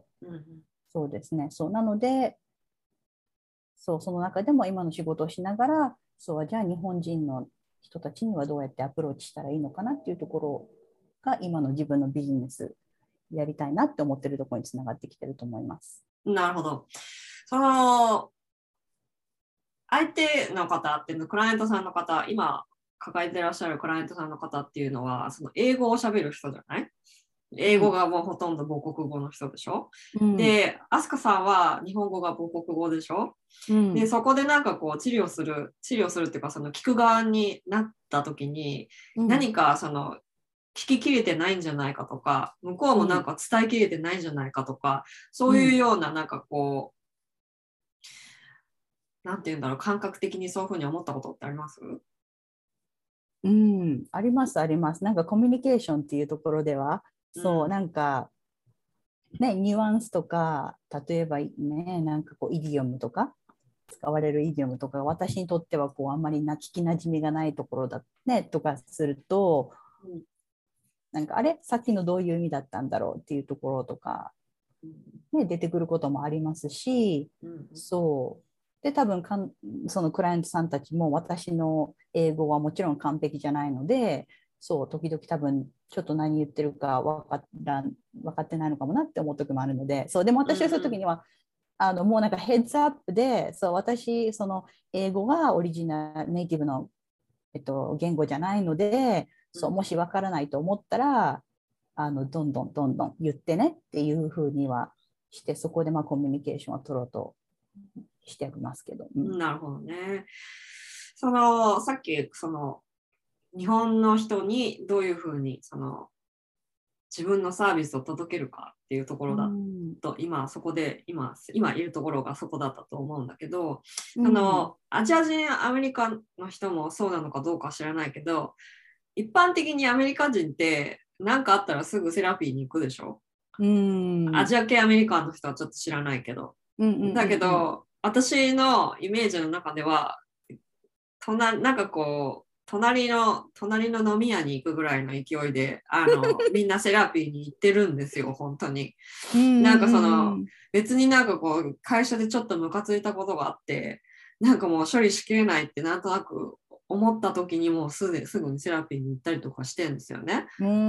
そうですね、そうなのでその中でも今の仕事をしながら、じゃあ日本人の人たちにはどうやってアプローチしたらいいのかなっていうところが今の自分のビジネスやりたいなって思ってるところにつながってきてると思います。 なるほど。その相手の方っていうの、クライアントさんの方、今抱えてらっしゃるクライアントさんの方っていうのは、その英語を喋る人じゃない？英語がもうほとんど母国語の人でしょ、で、飛鳥さんは日本語が母国語でしょ、で、そこでなんかこう治療するっていうか、その聞く側になった時に、何かその聞ききれてないんじゃないかとか、向こうもなんか伝えきれてないんじゃないかとか、そういうようななんかこう、なんていうんだろう、感覚的にそういうふうに思ったことってあります？ ありますあります。なんかコミュニケーションっていうところでは、なんかね、ニュアンスとか、例えばね、なんかこうイディオムとか使われるイディオムとか、私にとってはこうあんまり聞きなじみがないところだねとかすると、なんかあれさっきのどういう意味だったんだろうっていうところとか、ね、出てくることもありますし、そうで多分そのクライアントさんたちも私の英語はもちろん完璧じゃないので、時々多分ちょっと何言ってるか分かってないのかもなって思う時もあるので、でも私はそういう時には、もうなんかヘッズアップで、私その英語がオリジナルネイティブの、言語じゃないので、もし分からないと思ったらどんどん言ってねっていうふうにはして、そこでコミュニケーションを取ろうとしてますけど。 なるほどね。さっき日本の人にどういうふうに自分のサービスを届けるかっていうところだと、今いるところがそこだったと思うんだけど、アジア人アメリカの人もそうなのかどうか知らないけど、一般的にアメリカ人って何かあったらすぐセラピーに行くでしょ。アジア系アメリカンの人はちょっと知らないけど、だけど私のイメージの中では、なんかこう、隣の飲み屋に行くぐらいの勢いで、みんなセラピーに行ってるんですよ、本当に。なんかその、別になんかこう、会社でちょっとムカついたことがあって、なんかもう処理しきれないってなんとなく思った時にもうすぐにセラピーに行ったりとかしてるんですよね。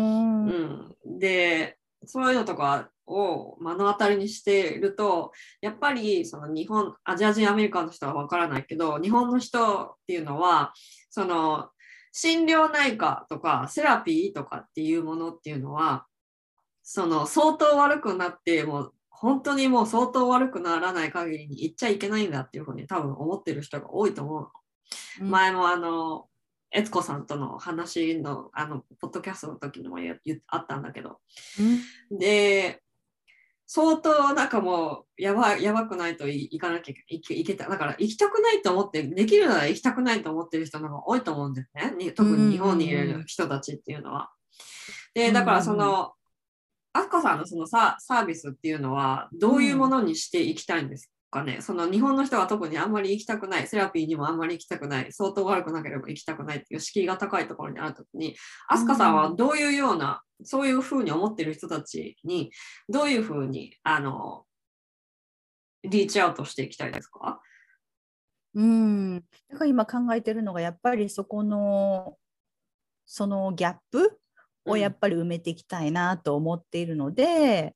で、そういうのとかを目の当たりにしていると、やっぱりそのアジア人アメリカの人はわからないけど、日本の人っていうのは、その心療内科とかセラピーとかっていうものっていうのは、その相当悪くなって、もう本当にもう相当悪くならない限りに行っちゃいけないんだっていうふうに多分思ってる人が多いと思う。前も悦子さんとの話のポッドキャストの時にもあったんだけど、で相当なんかもうやばくないと行かなきゃいけた。だから行きたくないと思って、できるなら行きたくないと思ってる人の方が多いと思うんですね。特に日本にいる人たちっていうのは。で、だからその、あすかさんのそのサービスっていうのはどういうものにしていきたいんですかね。その日本の人は特にあんまり行きたくない、セラピーにもあんまり行きたくない、相当悪くなければ行きたくないっていう敷居が高いところにあるときに、あすかさんはどういうような、そういうふうに思ってる人たちにどういうふうにリーチアウトしていきたいですか？ だから今考えてるのがやっぱりそのギャップをやっぱり埋めていきたいなと思っているので、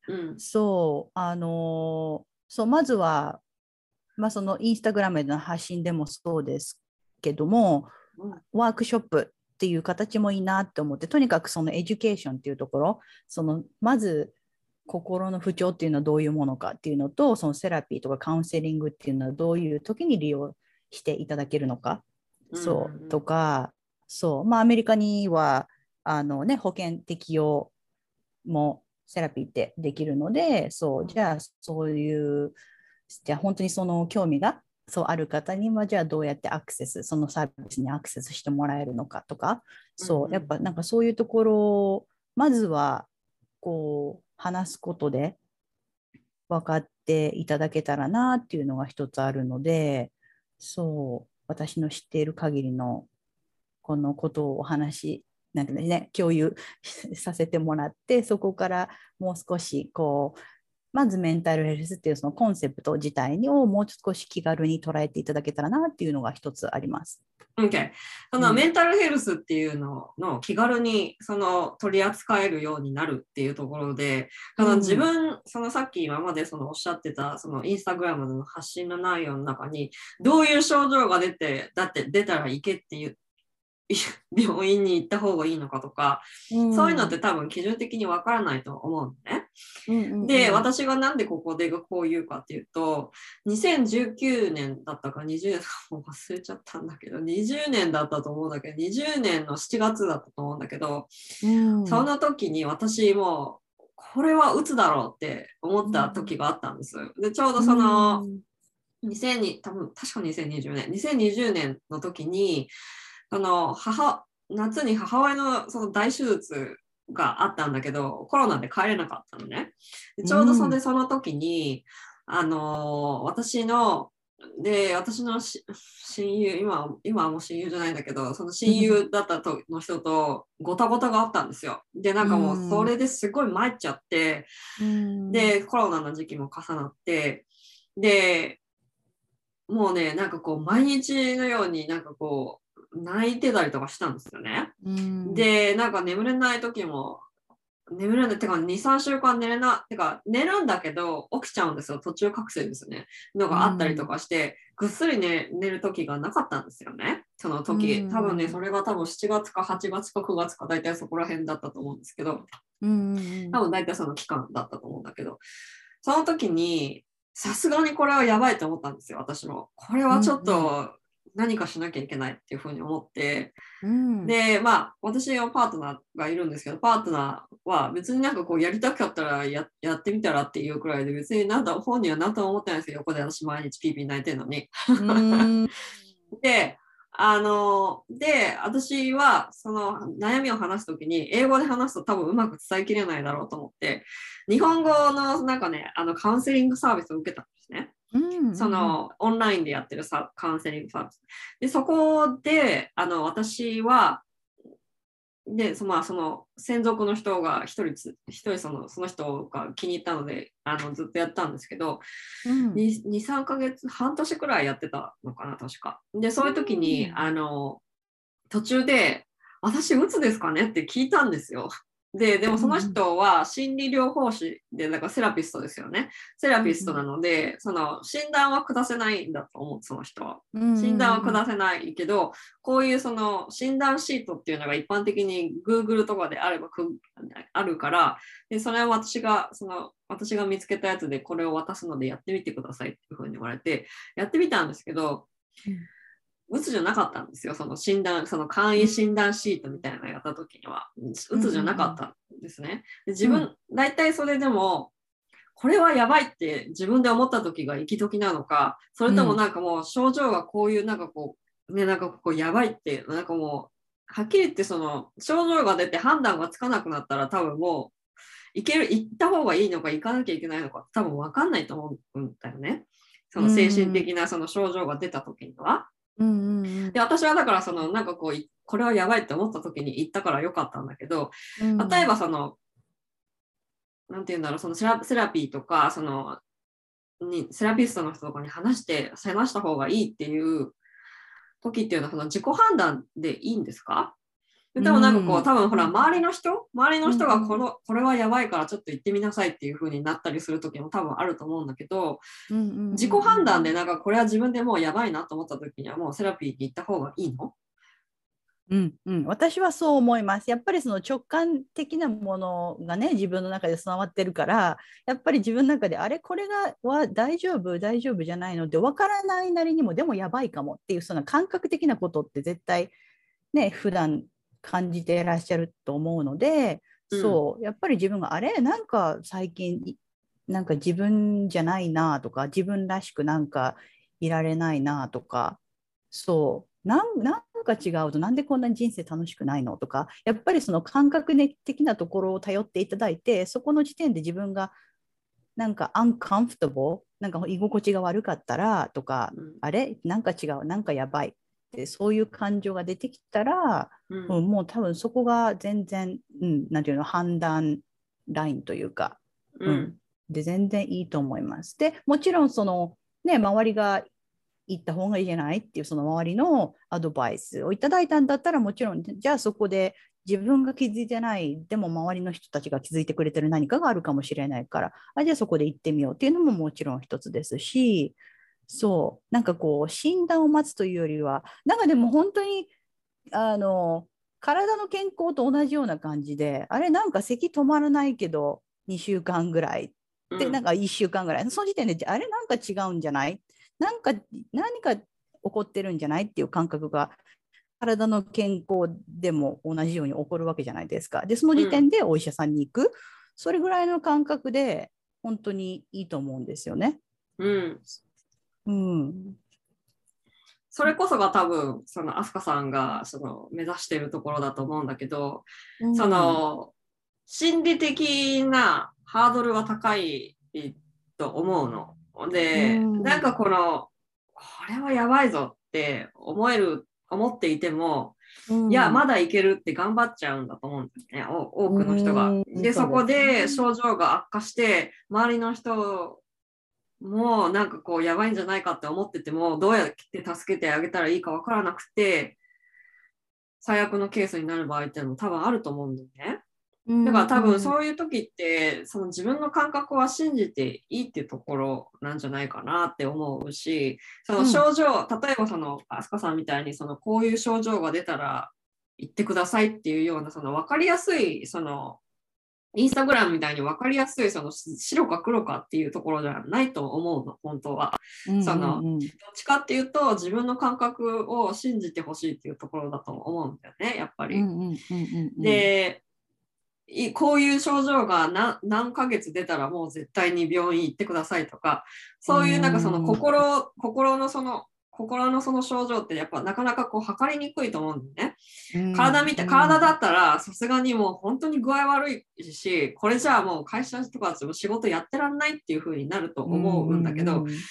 まずは、そのインスタグラムでの発信でもそうですけども、ワークショップっていう形もいいなって思って、とにかくそのエデュケーションっていうところ、まず心の不調っていうのはどういうものかっていうのと、そのセラピーとかカウンセリングっていうのはどういう時に利用していただけるのか、とか、アメリカには保険適用もセラピーってできるので、じゃあそういう、じゃあ本当にその興味がある方には、じゃあどうやってそのサービスにアクセスしてもらえるのかとか、やっぱなんかそういうところをまずはこう話すことで分かっていただけたらなっていうのが一つあるので、私の知っている限りのこのことをなんてね、共有させてもらって、そこからもう少しまずメンタルヘルスっていうそのコンセプト自体をもう少し気軽に捉えていただけたらなっていうのが一つあります。 Okay. そのメンタルヘルスっていうのの気軽に取り扱えるようになるっていうところで、自分、さっき今までおっしゃってたインスタグラムの発信の内容の中に、どういう症状が出たら行けっていう病院に行った方がいいのかとか、そういうのって多分基準的にわからないと思うのね。で、私がなんでここでこう言うかっていうと、2019年だったか20年、もう忘れちゃったんだけど、20年だったと思うんだけど、20年の7月だったと思うんだけど、その時に私もこれはうつだろうって思った時があったんです。で、ちょうど多分確か2020年の時に、夏に母親の大手術があったんだけど、コロナで帰れなかったのね。でちょうどその時に、私の親友、今はもう親友じゃないんだけど、その親友だったの人とごたごたがあったんですよ。で、なんかもうそれですごい参っちゃって、で、コロナの時期も重なって、で、もうね、なんか毎日のようになんか泣いてたりとかしたんですよね。で、なんか眠れない時も、てか2、3週間寝るんだけど起きちゃうんですよ。途中覚醒ですね。のがあったりとかして、ぐっすり、寝る時がなかったんですよね。その時。多分ね、それが多分7月か8月か9月か大体そこら辺だったと思うんですけど、多分大体その期間だったと思うんだけど、その時に、さすがにこれはやばいと思ったんですよ、私も。これはちょっと何かしなきゃいけないっていうふうに思って、で、私はパートナーがいるんですけど、パートナーは別になんかやりたかったら やってみたらっていうくらいで、別に本人は何とも思ってないんですよ、横で私毎日ピーピー泣いてるのに。で、私はその悩みを話すときに英語で話すと多分うまく伝えきれないだろうと思って、日本語のなんかね、カウンセリングサービスを受けたんですね。 そのオンラインでやってるカウンセリングサービスで、そこで私はでその専属の人が一人その人が気に入ったのでずっとやったんですけど、2、3ヶ月半年くらいやってたのかな確か。でそういう時に途中で私うつですかねって聞いたんですよ。でもその人は心理療法士で、だからセラピストですよね。セラピストなので、その診断は下せないんだと思う、その人は。診断は下せないけど、こういうその診断シートっていうのが一般的に Google とかであればあるから、でそれは私が見つけたやつでこれを渡すのでやってみてくださいっていうふうに言われて、やってみたんですけど、うつじゃなかったんですよ。その簡易診断シートみたいなのやった時にはうつじゃなかったんですね。で自分、大体それでもこれはやばいって自分で思った時が生き時なのか、それともなんかもう症状がこういうなんかこうやばいってなんかもうはっきり言ってその症状が出て判断がつかなくなったら多分もう行った方がいいのか行かなきゃいけないのか多分分かんないと思うんだよね。その精神的なその症状が出た時には。で私はだからなんかこれはやばいって思った時に行ったからよかったんだけど、例えばなんていうんだろう、そのセラピーとかセラピストの人とかに話した方がいいっていう時っていうのは自己判断でいいんですか？でもなんか多分ほら周りの人がこれはやばいからちょっと行ってみなさいっていう風になったりする時も多分あると思うんだけど、自己判断でなんかこれは自分でもうやばいなと思った時にはもうセラピーに行った方がいいの？ 私はそう思います。やっぱりその直感的なものがね、自分の中で備わってるから、やっぱり自分の中でこれは大丈夫じゃないのって分からないなりにもでもやばいかもっていうその感覚的なことって絶対ね普段感じていらっしゃると思うので、やっぱり自分がなんか最近なんか自分じゃないなとか、自分らしくなんかいられないなとか、なんか違うとなんでこんなに人生楽しくないのとか、やっぱりその感覚的なところを頼っていただいて、そこの時点で自分がなんか uncomfortable、 なんか居心地が悪かったらとか、なんか違う、なんかやばいってそういう感情が出てきたら、もう多分そこが全然、なんていうの、判断ラインというか、で全然いいと思います。でもちろんそのね、周りが行った方がいいじゃないっていうその周りのアドバイスをいただいたんだったら、もちろんじゃあそこで自分が気づいてないでも周りの人たちが気づいてくれてる何かがあるかもしれないから、じゃあそこで行ってみようっていうのももちろん一つですし、なんかこう診断を待つというよりは、なんかでも本当に体の健康と同じような感じで、なんか咳止まらないけど2週間ぐらいで、なんか1週間ぐらい、その時点でなんか違うんじゃない、何か起こってるんじゃないっていう感覚が体の健康でも同じように起こるわけじゃないですか。でその時点でお医者さんに行く、それぐらいの感覚で本当にいいと思うんですよね。 それこそが多分飛鳥さんが目指しているところだと思うんだけど、心理的なハードルは高いと思うので、なんかこれはやばいぞって思っていても、いやまだいけるって頑張っちゃうんだと思うんですね、多くの人が。でそこで症状が悪化して周りの人もうなんかこうやばいんじゃないかって思ってても、どうやって助けてあげたらいいか分からなくて最悪のケースになる場合っていうのも多分あると思うんだよね。だから多分そういう時って自分の感覚は信じていいっていうところなんじゃないかなって思うし、症状、例えば飛鳥さんみたいにこういう症状が出たら言ってくださいっていうような分かりやすいインスタグラムみたいに分かりやすい白か黒かっていうところじゃないと思うの、本当は。どっちかっていうと自分の感覚を信じてほしいっていうところだと思うんだよね、やっぱり。でこういう症状が何ヶ月出たらもう絶対に病院行ってくださいとか、そういうなんか心の症状ってやっぱなかなか測りにくいと思うんだよね。体だったらさすがにもう本当に具合悪いし、これじゃあもう会社とか仕事やってらんないっていう風になると思うんだけど、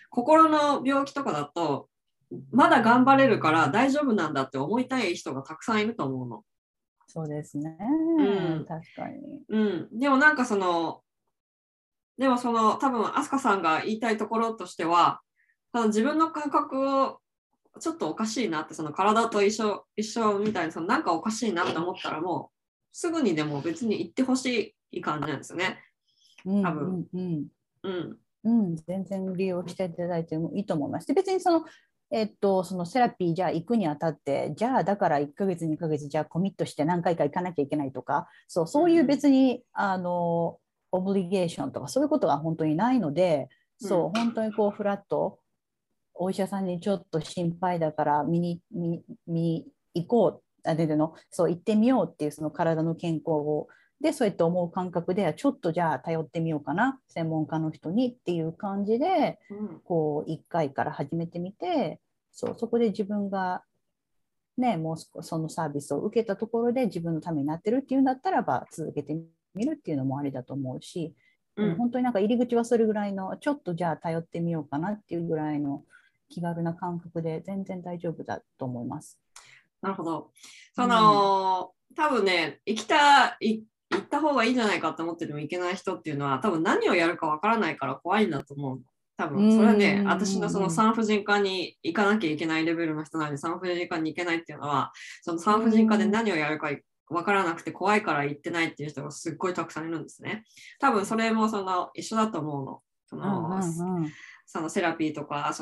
心の病気とかだと、まだ頑張れるから大丈夫なんだって思いたい人がたくさんいると思うの。 そうですね。確かに。 でもなんかでも多分飛鳥さんが言いたいところとしては、自分の感覚をちょっとおかしいなって、体と一緒みたいになんかおかしいなって思ったらもうすぐにでも別に言ってほしい感じなんですよね。多分。 全然利用していただいてもいいと思います。で別にそのセラピーじゃあ行くにあたって、じゃあだから1ヶ月2ヶ月じゃあコミットして何回か行かなきゃいけないとか、そういう別にオブリゲーションとかそういうことが本当にないので、本当にこうフラットお医者さんにちょっと心配だから見に行こう行ってみようっていうその体の健康をでそうやって思う感覚でちょっとじゃあ頼ってみようかな専門家の人にっていう感じで、こう1回から始めてみてそこで自分がねもうそのサービスを受けたところで自分のためになってるっていうんだったらば続けてみるっていうのもありだと思うし、本当になんか入り口はそれぐらいのちょっとじゃあ頼ってみようかなっていうぐらいの気軽な感覚で全然大丈夫だと思います。 なるほど。多分ね行った方がいいんじゃないかと思ってても行けない人っていうのは多分何をやるかわからないから怖いんだと思う。多分それはね、私のその産婦人科に行かなきゃいけないレベルの人なので産婦人科に行けないっていうのはその産婦人科で何をやるかわからなくて怖いから行ってないっていう人がすっごいたくさんいるんですね。多分それも一緒だと思うの。そのセラピーとか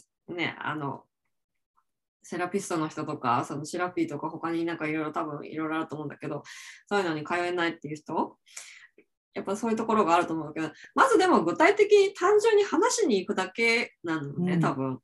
セラピストの人とかセラピーとか他になんかいろいろ多分いろいろあると思うんだけど、そういうのに通えないっていう人やっぱそういうところがあると思うんだけど、まずでも具体的に単純に話しに行くだけなのね、多分。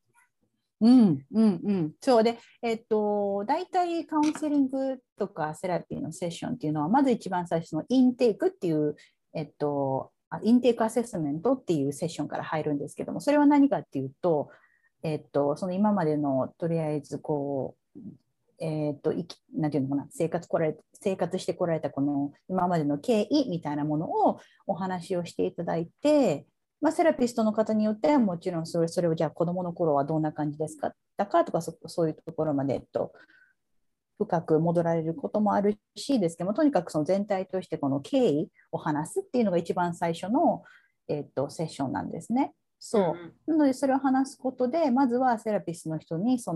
そうで、大体カウンセリングとかセラピーのセッションっていうのはまず一番最初のインテークっていう、インテークアセスメントっていうセッションから入るんですけども、それは何かっていうと、その今までのとりあえずこう、なんていうのかな、生活してこられたこの今までの経緯みたいなものをお話をしていただいて、セラピストの方によってはもちろんそれをじゃあ子どもの頃はどんな感じですかとかそういうところまで、深く戻られることもあるしですけども、とにかくその全体としてこの経緯を話すっていうのが一番最初の、セッションなんですね。なのでそれを話すことでまずはセラピストの人に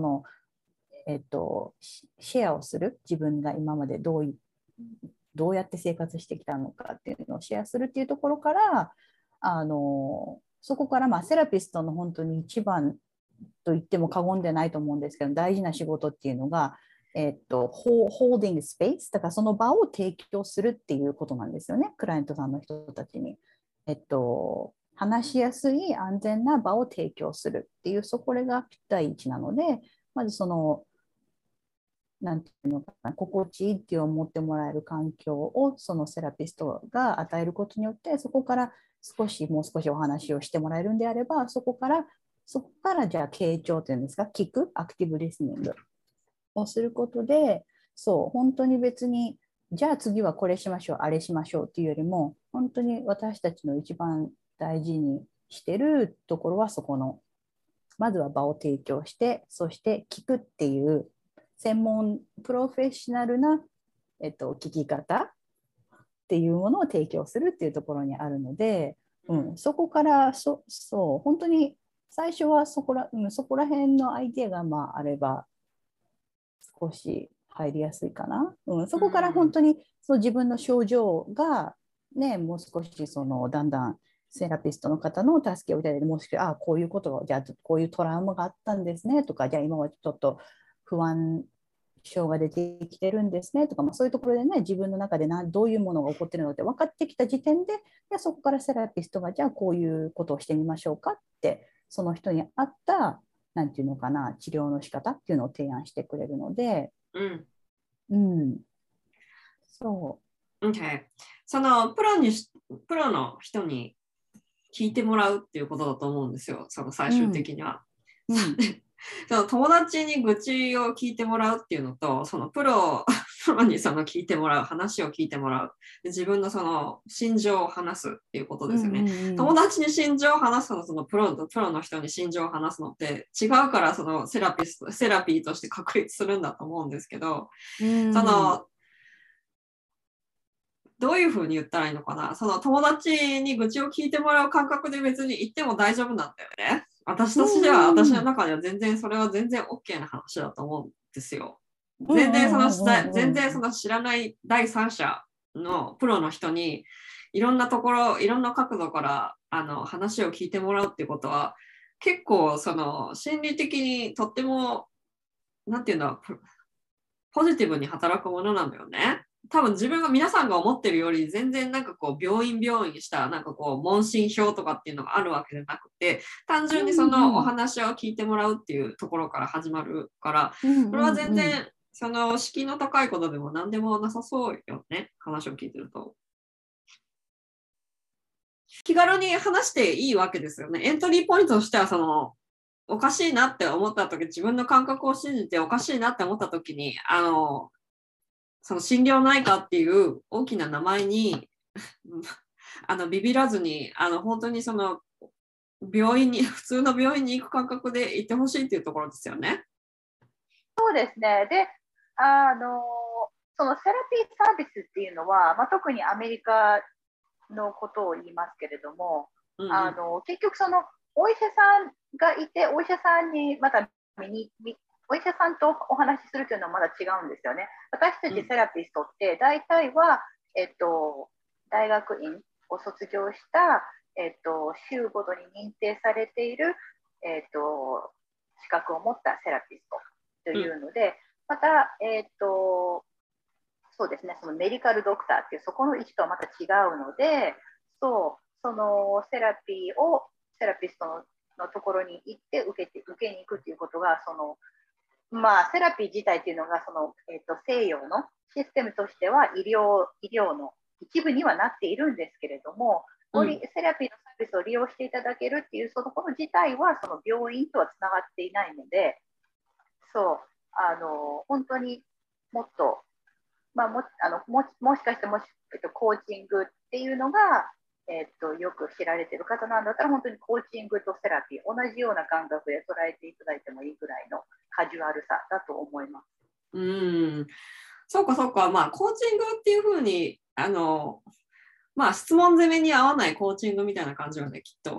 シェアをする、自分が今までどうやって生活してきたのかっていうのをシェアするっていうところからそこからセラピストの本当に一番と言っても過言ではないと思うんですけど大事な仕事っていうのが、ホールディングスペースだからその場を提供するっていうことなんですよね、クライアントさんの人たちに。話しやすい安全な場を提供するっていうこれが第一なので、まずなんていうのかな、心地いいって思ってもらえる環境をそのセラピストが与えることによってそこからもう少しお話をしてもらえるんであればそこからじゃあ傾聴というんですか、聞くアクティブリスニングをすることで本当に別にじゃあ次はこれしましょうあれしましょうっていうよりも本当に私たちの一番大事にしてるところはそこのまずは場を提供してそして聞くっていう専門プロフェッショナルな、聞き方っていうものを提供するっていうところにあるので、そこから本当に最初はそこら辺のアイデアがあれば少し入りやすいかな、そこから本当に自分の症状がねもう少しだんだんセラピストの方の助けをいただいてもしくはこういうことがじゃあこういうトラウマがあったんですねとかじゃあ今はちょっと不安症が出てきてるんですねとか、そういうところでね自分の中でどういうものが起こってるのって分かってきた時点でそこからセラピストがじゃあこういうことをしてみましょうかってその人に合ったなんていうのかな治療の仕方っていうのを提案してくれるので、 そう。Okay. プロの人に聞いてもらうっていうことだと思うんですよ、最終的には。 その友達に愚痴を聞いてもらうっていうのと、そのプロにその聞いてもらう、話を聞いてもらう。で自分のその心情を話すっていうことですよね。友達に心情を話すのとそのプロの人に心情を話すのって違うから、そのセラピーとして確立するんだと思うんですけど、そのどういうふうに言ったらいいのかな。その友達に愚痴を聞いてもらう感覚で別に言っても大丈夫なんだよね。私としては、私の中では全然それは全然 OK な話だと思うんですよ。全然その知らない第三者のプロの人にいろんなところ、いろんな角度から話を聞いてもらうっていうことは、結構その心理的にとっても、なんていうんだ、ポジティブに働くものなんだよね。多分自分が皆さんが思ってるより全然なんかこう病院したなんかこう問診票とかっていうのがあるわけじゃなくて、単純にそのお話を聞いてもらうっていうところから始まるから、これは全然その敷居の高いことでも何でもなさそうよね、話を聞いてると。気軽に話していいわけですよね。エントリーポイントとしてはそのおかしいなって思った時、自分の感覚を信じておかしいなって思った時にその心療内科っていう大きな名前にビビらずに本当にその病院に普通の病院に行く感覚で行ってほしいっていうところですよね。 そうですね。で、そのセラピーサービスっていうのは、特にアメリカのことを言いますけれども、結局そのお医者さんがいて、お医者さんにまたお医者さんとお話しするというのはまだ違うんですよね。私たちセラピストって大体は、大学院を卒業した、州ごとに認定されている、資格を持ったセラピストというので、また、そうですね、そのメディカルドクターっていうそこの位置とはまた違うので、そのセラピストのところに行って受けに行くっていうことがセラピー自体っていうのが西洋のシステムとしては医療の一部にはなっているんですけれども、セラピーのサービスを利用していただけるっていうこの自体はその病院とはつながっていないので、本当にもっと、もしかしてコーチングっていうのが、よく知られている方なんだったら、本当にコーチングとセラピー、同じような感覚で捉えていただいてもいいぐらいのカジュアルさだと思います。 そうかそうか。コーチングっていうふうに質問攻めに合わないコーチングみたいな感じよね、きっと。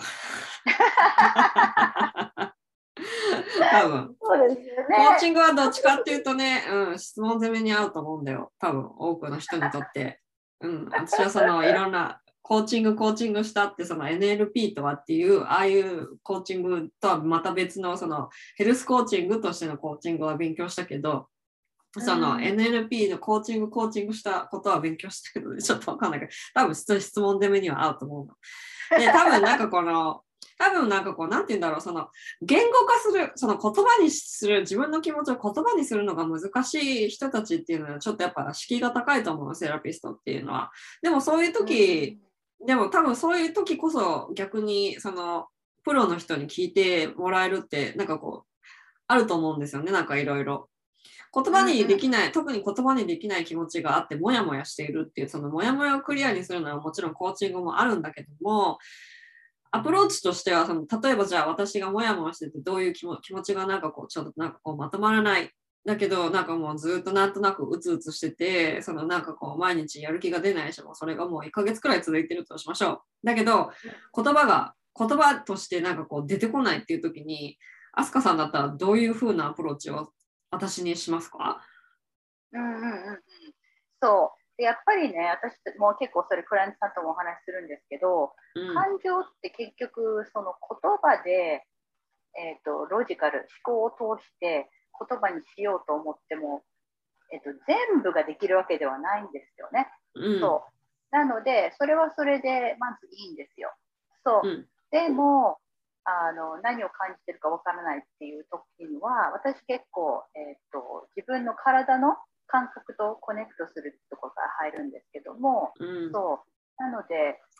多分そうですよね。 コーチングはどっちかっていうとね、質問攻めに合うと思うんだよ。多分多くの人にとって。私はそのいろんなコーチングしたってその NLP とはっていうああいうコーチングとはまた別のそのヘルスコーチングとしてのコーチングは勉強したけど、その NLP のコーチングしたことは勉強したけど、ちょっとわかんないけど、多分質問攻めには合うと思うの。で、多分なんかなんて言うんだろう、その言語化する、その言葉にする、自分の気持ちを言葉にするのが難しい人たちっていうのはちょっとやっぱ敷居が高いと思うの、セラピストっていうのは。でもそういう時、でも多分そういう時こそ逆にそのプロの人に聞いてもらえるってなんかこうあると思うんですよね、なんかいろいろ。言葉にできない、特に言葉にできない気持ちがあってモヤモヤしているっていう、そのモヤモヤをクリアにするのはもちろんコーチングもあるんだけども、アプローチとしては例えばじゃあ私がモヤモヤしててどういう気持ちがなんかこうちょっとなんかこうまとまらないだけど、なんかもうずっとなんとなくうつうつしてて、そのなんかこう毎日やる気が出ないし、もうそれがもう1ヶ月くらい続いてるとしましょう。だけど言葉としてなんかこう出てこないっていう時に、飛鳥さんだったらどういう風なアプローチを私にしますか？ そうでやっぱりね、私も結構それクライアントさんともお話しするんですけど、感情って結局その言葉で、ロジカル思考を通して言葉にしようと思っても、全部ができるわけではないんですよね。そうなのでそれはそれでまずいいんですよ。でも何を感じてるかわからないっていう時には、私結構、自分の体の感覚とコネクトするところから入るんですけども、そうなので、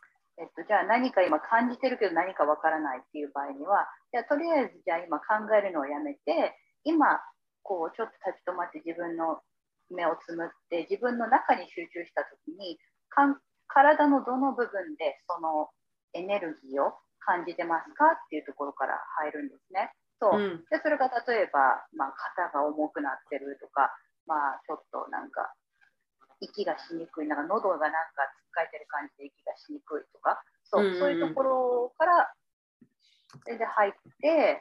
じゃあ何か今感じてるけど何かわからないっていう場合には、じゃあとりあえずじゃあ今考えるのをやめて、今こうちょっと立ち止まって自分の目をつむって自分の中に集中したときに、体のどの部分でそのエネルギーを感じてますかっていうところから入るんですね。そう。でそれが例えば、肩が重くなってるとか、ちょっとなんか息がしにくい、なんか喉がなんかつっかえてる感じで息がしにくいとか、そういうところからで入って、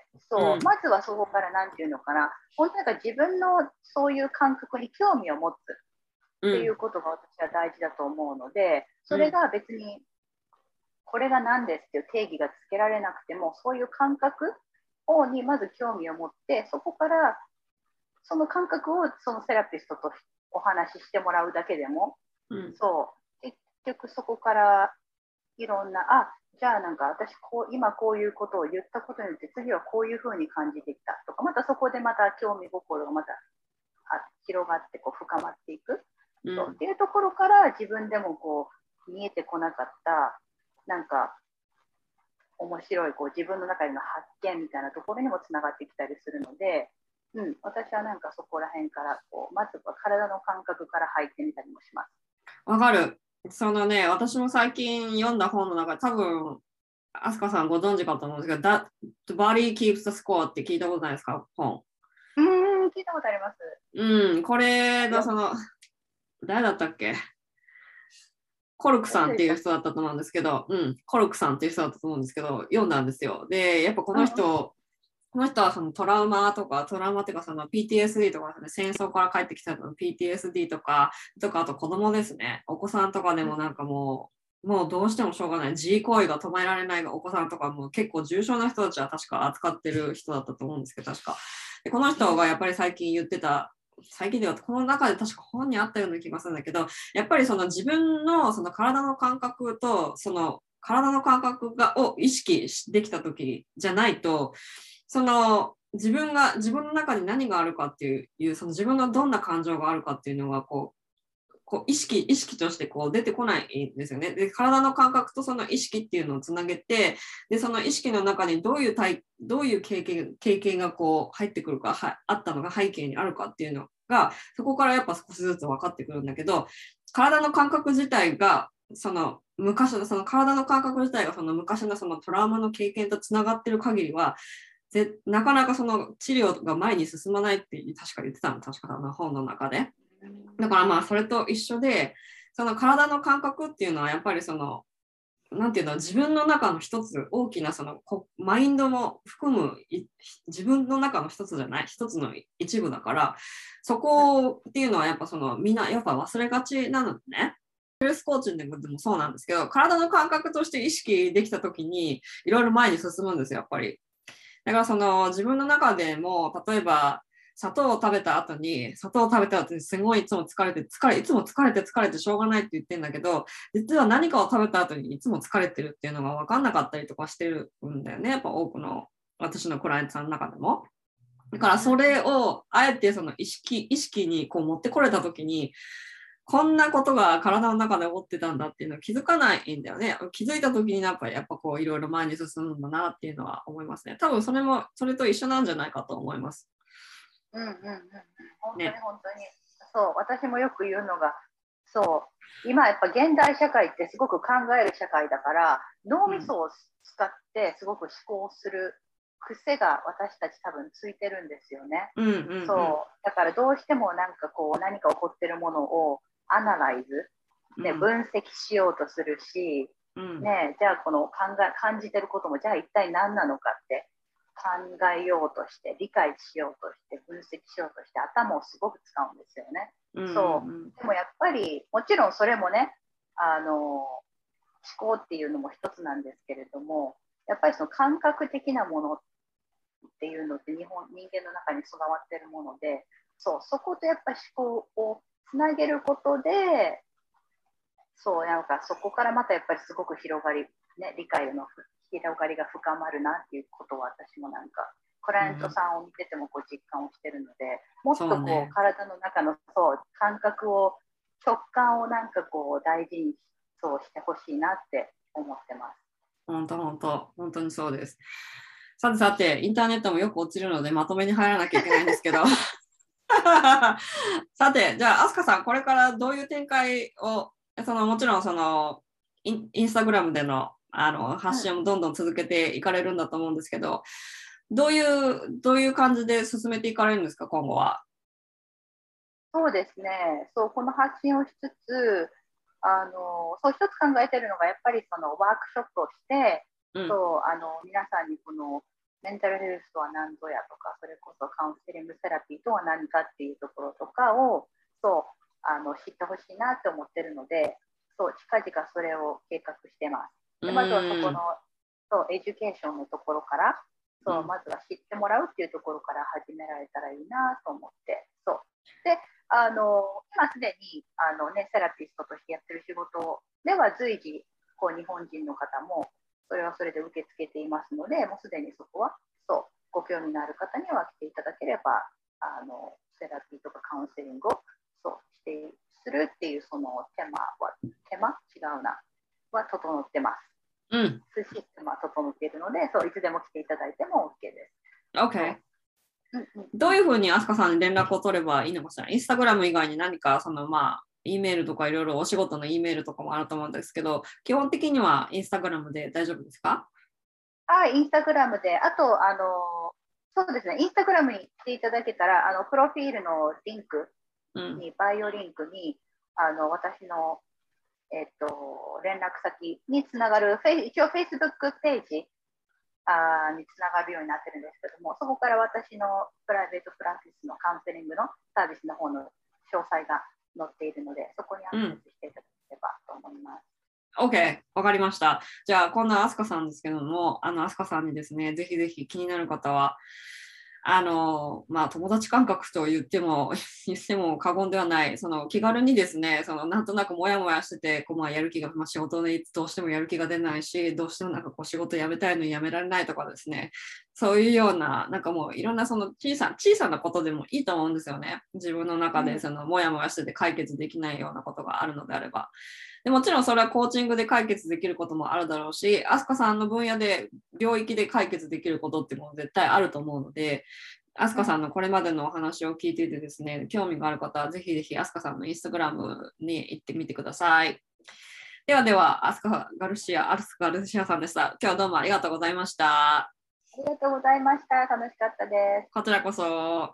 まずはそこからなんていうのかな、本当に自分のそういう感覚に興味を持つっていうことが私は大事だと思うので、それが別にこれが何ですっていう定義がつけられなくても、そういう感覚にまず興味を持って、そこからその感覚をそのセラピストとお話ししてもらうだけでも、結局そこからいろんな、じゃあなんか私今こういうことを言ったことによって次はこういうふうに感じてきたとか、またそこでまた興味心がまた広がって深まっていく、っていうところから自分でも見えてこなかったなんか面白い自分の中での発見みたいなところにもつながってきたりするので、私はなんかそこら辺からまずは体の感覚から入ってみたりもします。 わかる。そのね、私も最近読んだ本の中で、多分飛鳥さんご存知かと思うんですけど、The Body Keeps the Score って聞いたことないですか、本。 聞いたことあります。 これの誰だったっけ、コルクさんっていう人だったと思うんですけど、コルクさんっていう人だったと思うんですけど、読んだんですよ。で、やっぱこの人はそのトラウマっていうかその PTSD とか、ね、戦争から帰ってきたの PTSD とかあと子供ですね。お子さんとかでもなんかもうどうしてもしょうがない。自慰行為が止められないお子さんとかも結構重症な人たちは確か扱ってる人だったと思うんですけど、確か。でこの人がやっぱり最近言ってた、最近ではこの中で確か本にあったような気がするんだけど、やっぱりその自分のその体の感覚とその体の感覚を意識できた時じゃないと、その自分の中に何があるかっていうその自分のどんな感情があるかっていうのが意識として出てこないんですよね。で、体の感覚とその意識っていうのをつなげて、で、その意識の中にどういう経験が入ってくるか、あったのが背景にあるかっていうのが、そこからやっぱ少しずつ分かってくるんだけど、体の感覚自体が、その体の感覚自体がその昔のそのトラウマの経験とつながってる限りは、なかなかその治療が前に進まないって確か言ってたの、確か本の中で。だからそれと一緒で、その体の感覚っていうのはやっぱりそのなんていうの、自分の中の一つ、大きなそのマインドも含む自分の中の一つじゃない、一つの一部だから、そこっていうのはやっぱみんなやっぱ忘れがちなのね。ヘルスコーチングでもそうなんですけど、体の感覚として意識できたときにいろいろ前に進むんですよ、やっぱり。だから自分の中でも、例えば砂糖を食べた後にすごいいつも疲れてしょうがないって言ってるんだけど、実は何かを食べた後にいつも疲れてるっていうのが分かんなかったりとかしてるんだよね、やっぱ多くの私のクライアントさんの中でも。だからそれをあえてその意識に持ってこれた時に、こんなことが体の中で起こってたんだっていうのを気づかないんだよね。気づいた時にやっぱいろいろ前に進むんだなっていうのは思いますね。多分それと一緒なんじゃないかと思います。 本当に本当に、そう、私もよく言うのが、今やっぱ現代社会ってすごく考える社会だから、脳みそを使ってすごく思考する癖が私たち多分ついてるんですよね。だからどうしてもなんか何か起こってるものをアナライズで分析しようとするし、じゃあ感じてることもじゃあ一体何なのかって考えようとして理解しようとして分析しようとして頭をすごく使うんですよね。でもやっぱりもちろんそれもね、思考っていうのも一つなんですけれども、やっぱりその感覚的なものっていうのって人間の中に備わってるもので、そことやっぱ思考をつなげることで、なんかそこからまたやっぱりすごく広がり、理解の広がりが深まるなっていうことを私もなんかクライアントさんを見てても実感をしてるので、もっと体の中の感覚を直感をなんか大事にしてほしいなって思ってます。 本当にそうです。さて、インターネットもよく落ちるので、まとめに入らなきゃいけないんですけど。さて、じゃあ、飛鳥さん、これからどういう展開を、もちろんインスタグラムでの、発信をどんどん続けていかれるんだと思うんですけど、どういう感じで進めていかれるんですか、今後は。 そうですね、この発信をしつつ、一つ考えているのが、やっぱりそのワークショップをして、皆さんにこのメンタルヘルスとは何ぞやとか、それこそカウンセリングセラピーとは何かっていうところとかを知ってほしいなって思ってるので、近々それを計画してます。でまずはそこのエデュケーションのところから、まずは知ってもらうっていうところから始められたらいいなと思って、で今すでにセラピストとしてやってる仕事では随時日本人の方もそれはそれで受け付けていますので、もうすでにそこはご興味のある方には来ていただければセラピーとかカウンセリングをするっていうその手間は整ってます。システムは整っているので、いつでも来ていただいても OK です。 OK。どういうふうに飛鳥さんに連絡を取ればいいのかしら。インスタグラム以外に何かE メールとかいろいろお仕事の E メールとかもあると思うんですけど、基本的にはインスタグラムで大丈夫ですか？ インスタグラムで、あとそうですね、インスタグラムに来ていただけたら、プロフィールのリンクに、バイオリンクに私の、連絡先につながる、一応 Facebook ページにつながるようになってるんですけども、そこから私のプライベートプラクティスのカウンセリングのサービスの方の詳細が載っているので、そこにアクセスしていただければと思います。 OK、わかりました。じゃあ、こんな飛鳥さんですけども、飛鳥さんにですね、ぜひぜひ気になる方は、友達感覚と言っても過言ではない、気軽にですね、なんとなくモヤモヤしてて、やる気が、仕事でどうしてもやる気が出ないし、どうしても仕事辞めたいのに辞められないとかですね、そういうような、もういろんな小さなことでもいいと思うんですよね。自分の中でモヤモヤしてて解決できないようなことがあるのであれば。でもちろんそれはコーチングで解決できることもあるだろうし、飛鳥さんの分野で領域で解決できることっても絶対あると思うので、飛鳥さんのこれまでのお話を聞いていてですね、興味がある方はぜひぜひ飛鳥さんのインスタグラムに行ってみてください。では飛鳥ガルシアさんでした。今日はどうもありがとうございました。 ありがとうございました。楽しかったです。 こちらこそ。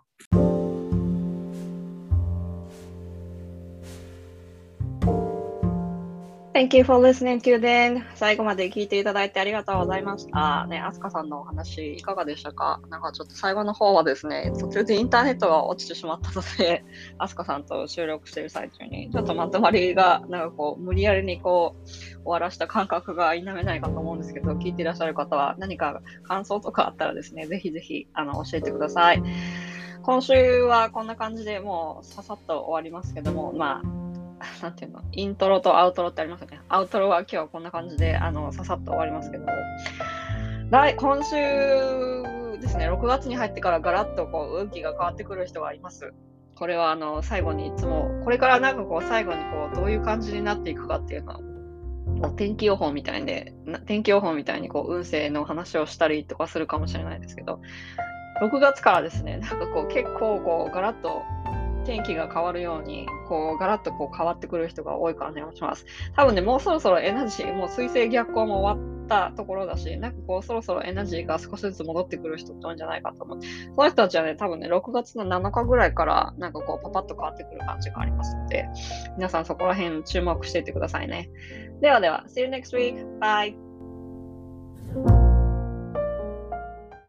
Thank you for listening to them. 最後まで聞いていただいてありがとうございました。ね、飛鳥さんのお話いかがでしたか？ちょっと最後の方はですね、途中でインターネットが落ちてしまったので、飛鳥さんと収録している最中に、ちょっとまとまりが、無理やりに終わらした感覚が否めないかと思うんですけど、聞いていらっしゃる方は何か感想とかあったらですね、ぜひぜひ教えてください。今週はこんな感じでもうささっと終わりますけども、なんていうの、イントロとアウトロってありますよね。アウトロは今日はこんな感じでささっと終わりますけども、今週ですね、6月に入ってからガラッと運気が変わってくる人がいます。これは最後にいつもこれから最後にどういう感じになっていくかっていうのは天気予報みたいに運勢の話をしたりとかするかもしれないですけど、6月からですね、結構ガラッと天気が変わるようにガラッと変わってくる人が多い感じがします。多分ね、もうそろそろエナジー、もう水星逆行も終わったところだし、そろそろエナジーが少しずつ戻ってくる人って多いんじゃないかと思う。その人たちはね、多分ね、6月の7日ぐらいからパパッと変わってくる感じがありますので、皆さんそこら辺注目していってくださいね。ではでは、See you next week. Bye!